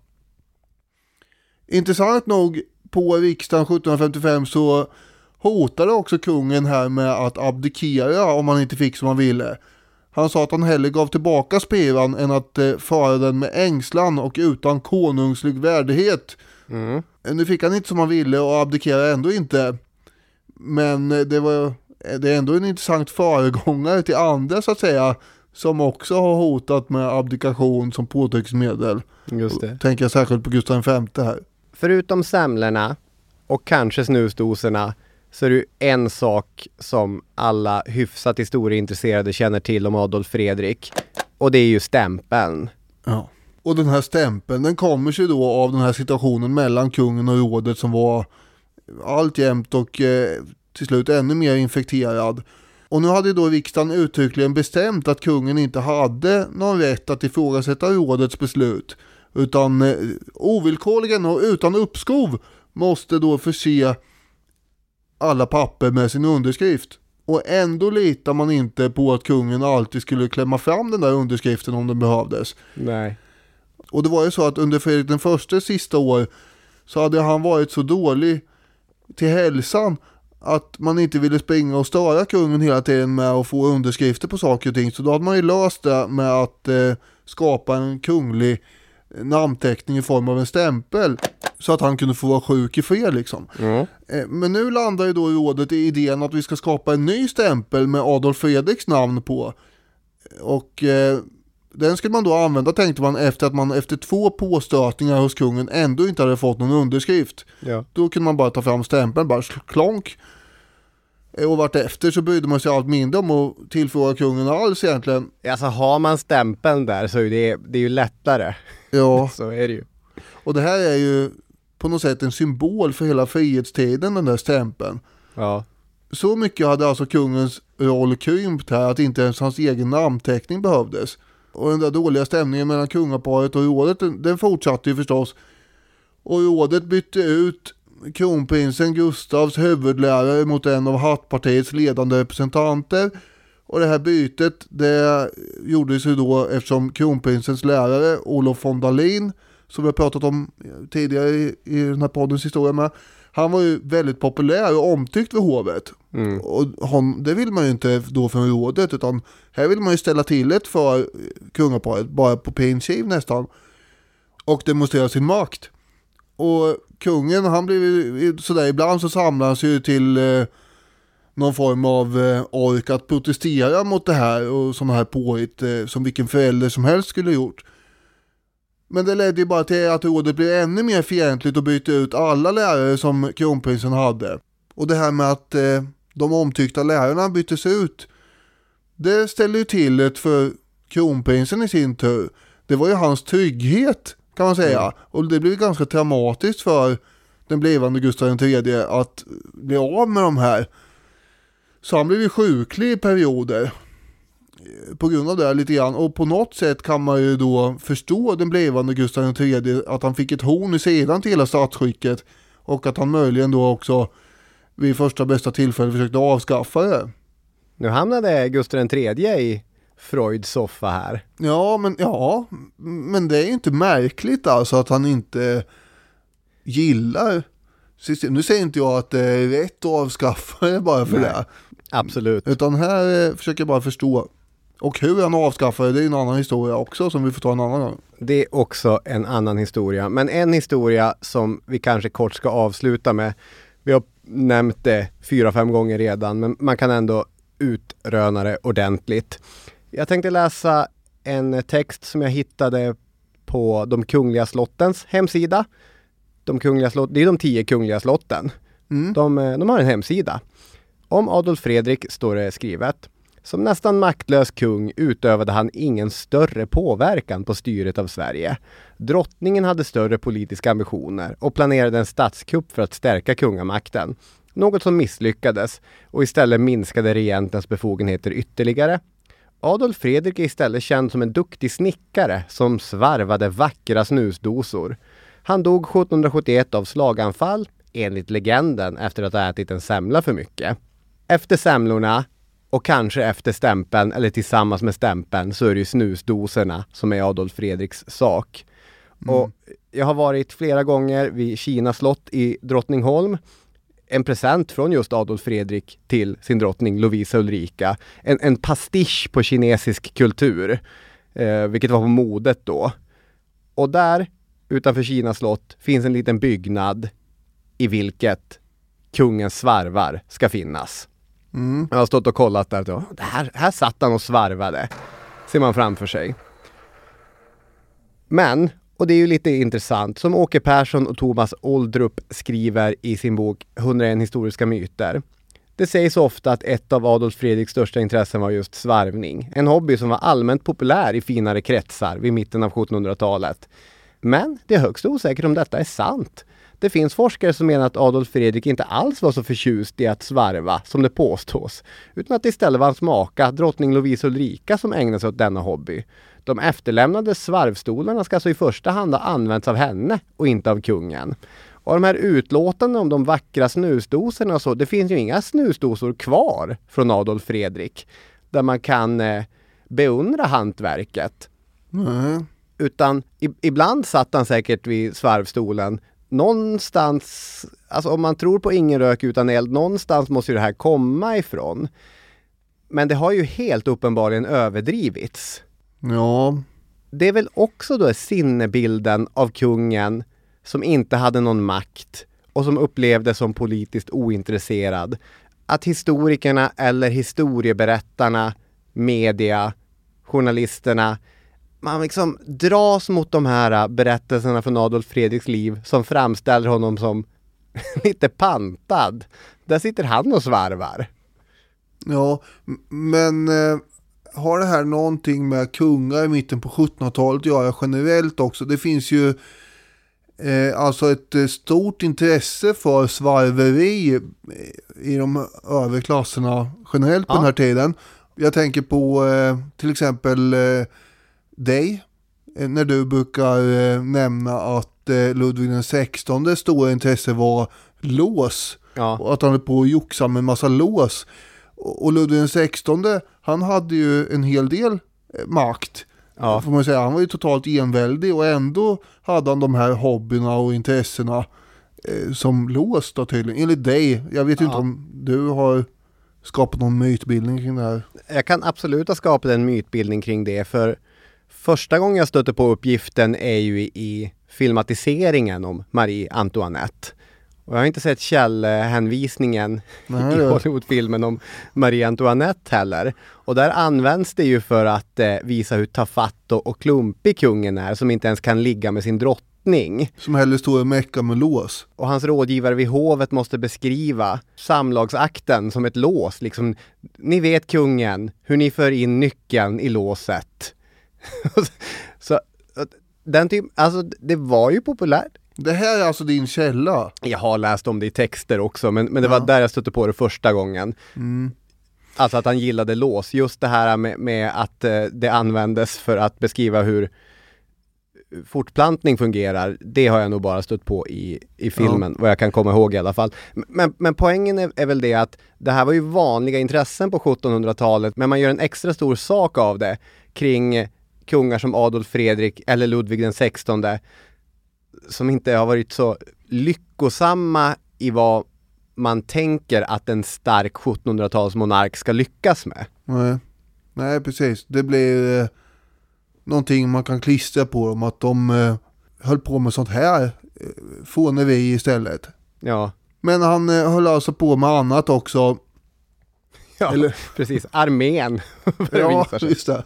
Intressant nog, på riksdagen sjuttonhundrafemtiofem så hotade också kungen här med att abdikera om han inte fick som han ville. Han sa att han hellre gav tillbaka spiran än att eh, föra den med ängslan och utan konungslig värdighet. Mm. Nu fick han inte som han ville och abdikera ändå inte. Men det var det är ändå en intressant föregångare till andra, så att säga, som också har hotat med abdikation som påtryckningsmedel. Just det. Tänker jag särskilt på Gustav den femte här. Förutom semlorna och kanske snusdoserna så är det ju en sak som alla hyfsat historieintresserade känner till om Adolf Fredrik. Och det är ju stämpeln. Ja. Och den här stämpeln, den kommer sig då av den här situationen mellan kungen och rådet som var alltjämt och eh, till slut ännu mer infekterad. Och nu hade då riksdagen uttryckligen bestämt att kungen inte hade någon rätt att ifrågasätta rådets beslut. Utan eh, ovillkorligen och utan uppskov måste då förse alla papper med sin underskrift. Och ändå litar man inte på att kungen alltid skulle klämma fram den där underskriften om den behövdes. Nej. Och det var ju så att under Fredrik den första sista år så hade han varit så dålig till hälsan att man inte ville springa och störa kungen hela tiden med att få underskrifter på saker och ting. Så då hade man ju löst det med att eh, skapa en kunglig namnteckning i form av en stämpel så att han kunde få vara sjuk i fred liksom. Mm. Eh, men nu landar ju då rådet i idén att vi ska skapa en ny stämpel med Adolf Fredriks namn på. Och eh, den skulle man då använda, tänkte man, efter att man efter två påstötningar hos kungen ändå inte hade fått någon underskrift. Ja. Då kunde man bara ta fram stämpeln, bara klonk. Och vart efter så brydde man sig allt mindre om att tillfråga kungen alls egentligen. Alltså har man stämpeln där så är det, det är ju lättare. Ja. Så är det ju. Och det här är ju på något sätt en symbol för hela frihetstiden, den där stämpeln. Ja. Så mycket hade alltså kungens roll krympt här att inte ens hans egen namnteckning behövdes. Och den där dåliga stämningen mellan kungaparet och rådet, den, den fortsatte ju förstås. Och rådet bytte ut kronprinsen Gustavs huvudlärare mot en av Hattpartiets ledande representanter. Och det här bytet, det gjordes ju då eftersom kronprinsens lärare Olof von Dalin, som vi har pratat om tidigare i, i den här poddens historia med, han var ju väldigt populär och omtyckt vid hovet. Mm. Och hon, det vill man ju inte då från rådet, utan här vill man ju ställa till ett för kungaparet bara på pinchiv nästan och demonstrera sin makt. Och kungen, han blev sådär, ibland så samlas ju till eh, någon form av eh, ork att protestera mot det här och sådana här påhitt eh, som vilken förälder som helst skulle gjort. Men det ledde ju bara till att rådet blev ännu mer fientligt och bytte ut alla lärare som kronprinsen hade. Och det här med att eh, de omtyckta lärarna byttes ut, det ställde ju till ett för kronprinsen i sin tur. Det var ju hans trygghet, kan man säga. Mm. Och det blev ganska traumatiskt för den blivande Gustav den tredje att bli av med de här. Så han blev ju sjuklig i perioder på grund av det här lite grann. Och på något sätt kan man ju då förstå den blivande Gustav den tredje, att han fick ett horn i sidan till hela statsskicket och att han möjligen då också vid första bästa tillfälle försökte avskaffa det. Nu hamnade Gustav den tredje i Freuds soffa här. Ja, men ja, men det är ju inte märkligt alltså att han inte gillar system. Nu säger inte jag att det är rätt att avskaffa det bara för Nej, det. Absolut. Utan här eh, försöker jag bara förstå. Och hur han avskaffar det, det är en annan historia också som vi får ta en annan gång. Det är också en annan historia. Men en historia som vi kanske kort ska avsluta med. Vi har nämnt det fyra, fem gånger redan, men man kan ändå utröna det ordentligt. Jag tänkte läsa en text som jag hittade på de kungliga slottens hemsida. De kungliga slott, det är de tio kungliga slotten. Mm. De, de har en hemsida. Om Adolf Fredrik står det skrivet: som nästan maktlös kung utövade han ingen större påverkan på styret av Sverige. Drottningen hade större politiska ambitioner och planerade en statskupp för att stärka kungamakten. Något som misslyckades och istället minskade regentens befogenheter ytterligare. Adolf Fredrik är istället känd som en duktig snickare som svarvade vackra snusdosor. Han dog sjuttonhundrasjuttioett av slaganfall, enligt legenden, efter att ha ätit en semla för mycket. Efter semlorna, och kanske efter stämpeln eller tillsammans med stämpeln, så är det ju snusdoserna som är Adolf Fredriks sak. Mm. Och jag har varit flera gånger vid Kina slott i Drottningholm. En present från just Adolf Fredrik till sin drottning Lovisa Ulrika. En, en pastisch på kinesisk kultur, eh, vilket var på modet då. Och där, utanför Kina slott, finns en liten byggnad i vilket kungens svarvar ska finnas. Mm. Jag har stått och kollat där. Då. Här, här satt han och svarvade. Ser man framför sig. Men, och det är ju lite intressant, som Åke Persson och Thomas Oldrup skriver i sin bok hundraen historiska myter. Det sägs ofta att ett av Adolf Fredriks största intressen var just svarvning. En hobby som var allmänt populär i finare kretsar vid mitten av sjuttonhundratalet. Men det är högst osäkert om detta är sant. Det finns forskare som menar att Adolf Fredrik inte alls var så förtjust i att svarva som det påstås, utan att det istället var hans maka, drottning Lovisa Ulrika, som ägnade sig åt denna hobby. De efterlämnade svarvstolarna ska alltså i första hand ha använts av henne och inte av kungen. Och de här utlåtanden om de vackra snusdoserna och så, det finns ju inga snusdosor kvar från Adolf Fredrik där man kan eh, beundra hantverket. Mm. Utan i, ibland satt han säkert vid svarvstolen någonstans, alltså om man tror på ingen rök utan eld, någonstans måste ju det här komma ifrån. Men det har ju helt uppenbarligen överdrivits. Ja. Det är väl också då sinnebilden av kungen som inte hade någon makt och som upplevdes som politiskt ointresserad. Att historikerna eller historieberättarna, media, journalisterna, man liksom dras mot de här berättelserna från Adolf Fredriks liv som framställer honom som lite pantad. Där sitter han och svarvar. Ja, men eh, har det här någonting med kungar i mitten på sjuttonhundratalet att göra generellt också? Det finns ju eh, alltså ett stort intresse för svarveri i de övre klasserna generellt på ja. den här tiden. Jag tänker på eh, till exempel eh, dig, när du brukar eh, nämna att eh, Ludvig den sextonde stora intresse var lås. Ja. Och att han höll på att joxa med en massa lås. Och, och Ludvig den sextonde, han hade ju en hel del eh, makt. Ja. Får man säga. Han var ju totalt enväldig och ändå hade han de här hobbyerna och intressena eh, som lås då tydligen. Enligt dig, jag vet ju ja. inte om du har skapat någon mytbildning kring det här. Jag kan absolut ha skapat en mytbildning kring det, för första gången jag stötte på uppgiften är ju i, i filmatiseringen om Marie Antoinette. Och jag har inte sett källhänvisningen Nej, i Hollywoodfilmen om Marie Antoinette heller. Och där används det ju för att eh, visa hur tafatt och, och klumpig kungen är, som inte ens kan ligga med sin drottning. Som heller står och meckar med lås. Och hans rådgivare vid hovet måste beskriva samlagsakten som ett lås. Liksom, ni vet kungen, hur ni för in nyckeln i låset. Så den typ, alltså det var ju populärt. Det här är alltså din källa? Jag har läst om det i texter också, men, men det ja. var där jag stötte på det första gången. Mm. Alltså att han gillade lås. Just det här med, med att eh, det användes för att beskriva hur fortplantning fungerar, det har jag nog bara stött på i, i filmen, ja. vad jag kan komma ihåg i alla fall. Men, men poängen är, är väl det att det här var ju vanliga intressen på sjuttonhundratalet, men man gör en extra stor sak av det kring kungar som Adolf Fredrik eller Ludvig den sextonde, som inte har varit så lyckosamma i vad man tänker att en stark sjuttonhundratalsmonark ska lyckas med. Nej, Nej precis. Det blir eh, någonting man kan klistra på dem, att de eh, höll på med sånt här eh, fåneri istället. Ja. Men han eh, höll alltså på med annat också. Ja, Eller... precis. Armén. Ja, just det.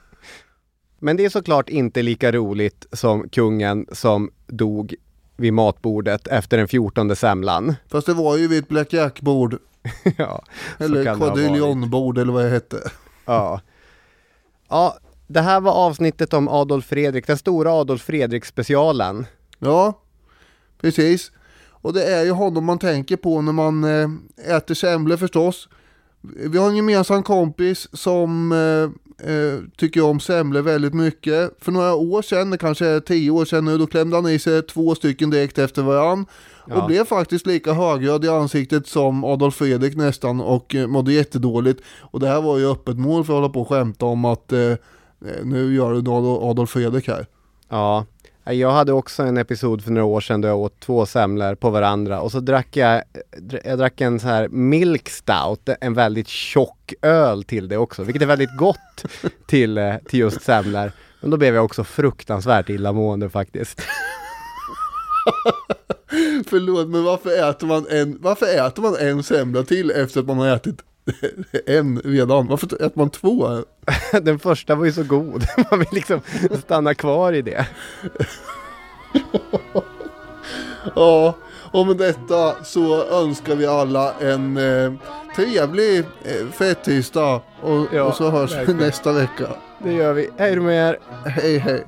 Men det är såklart inte lika roligt som kungen som dog vid matbordet efter den fjortonde semlan. Fast det var ju vid ett Black Jack-bord. Ja, eller quadrillion-bord eller vad det hette. Ja. Ja, det här var avsnittet om Adolf Fredrik, den stora Adolf Fredrik-specialen. Ja, precis. Och det är ju honom man tänker på när man eh, äter semlor förstås. Vi har en gemensam kompis som eh, eh, tycker om semlor väldigt mycket. För några år sedan, kanske tio år sedan nu, då klämde han i sig två stycken direkt efter varann. Ja. Och blev faktiskt lika högröd i ansiktet som Adolf Fredrik nästan och eh, mådde jättedåligt. Och det här var ju öppet mål för att hålla på och skämta om att eh, nu gör du Adolf Fredrik här. Ja. Jag hade också en episod för några år sedan då jag åt två semlor på varandra och så drack jag, jag drack en så här milk stout, en väldigt tjock öl till det också, vilket är väldigt gott till, till just semlor. Men då blev jag också fruktansvärt illamående faktiskt. Förlåt, men varför äter man en, varför äter man en semla till efter att man har ätit en redan? Varför äter man två? Den första var ju så god. Man vill liksom stanna kvar i det. Ja, och med detta så önskar vi alla en eh, trevlig eh, fettisdag och, ja, och så hörs vi nästa vecka. Det gör vi. Hej då med er. Hej hej.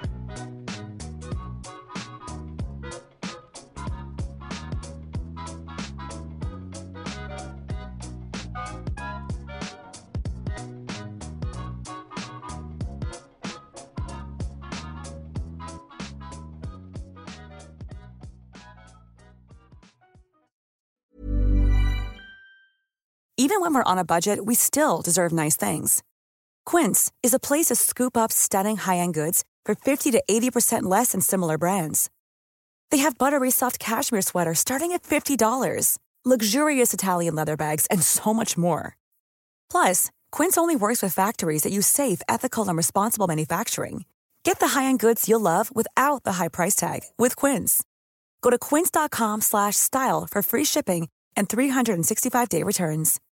Even when we're on a budget, we still deserve nice things. Quince is a place to scoop up stunning high-end goods for fifty to eighty percent less than similar brands. They have buttery soft cashmere sweaters starting at fifty dollars, luxurious Italian leather bags, and so much more. Plus, Quince only works with factories that use safe, ethical, and responsible manufacturing. Get the high-end goods you'll love without the high price tag with Quince. Go to quince dot com slash style for free shipping and three hundred sixty-five day returns.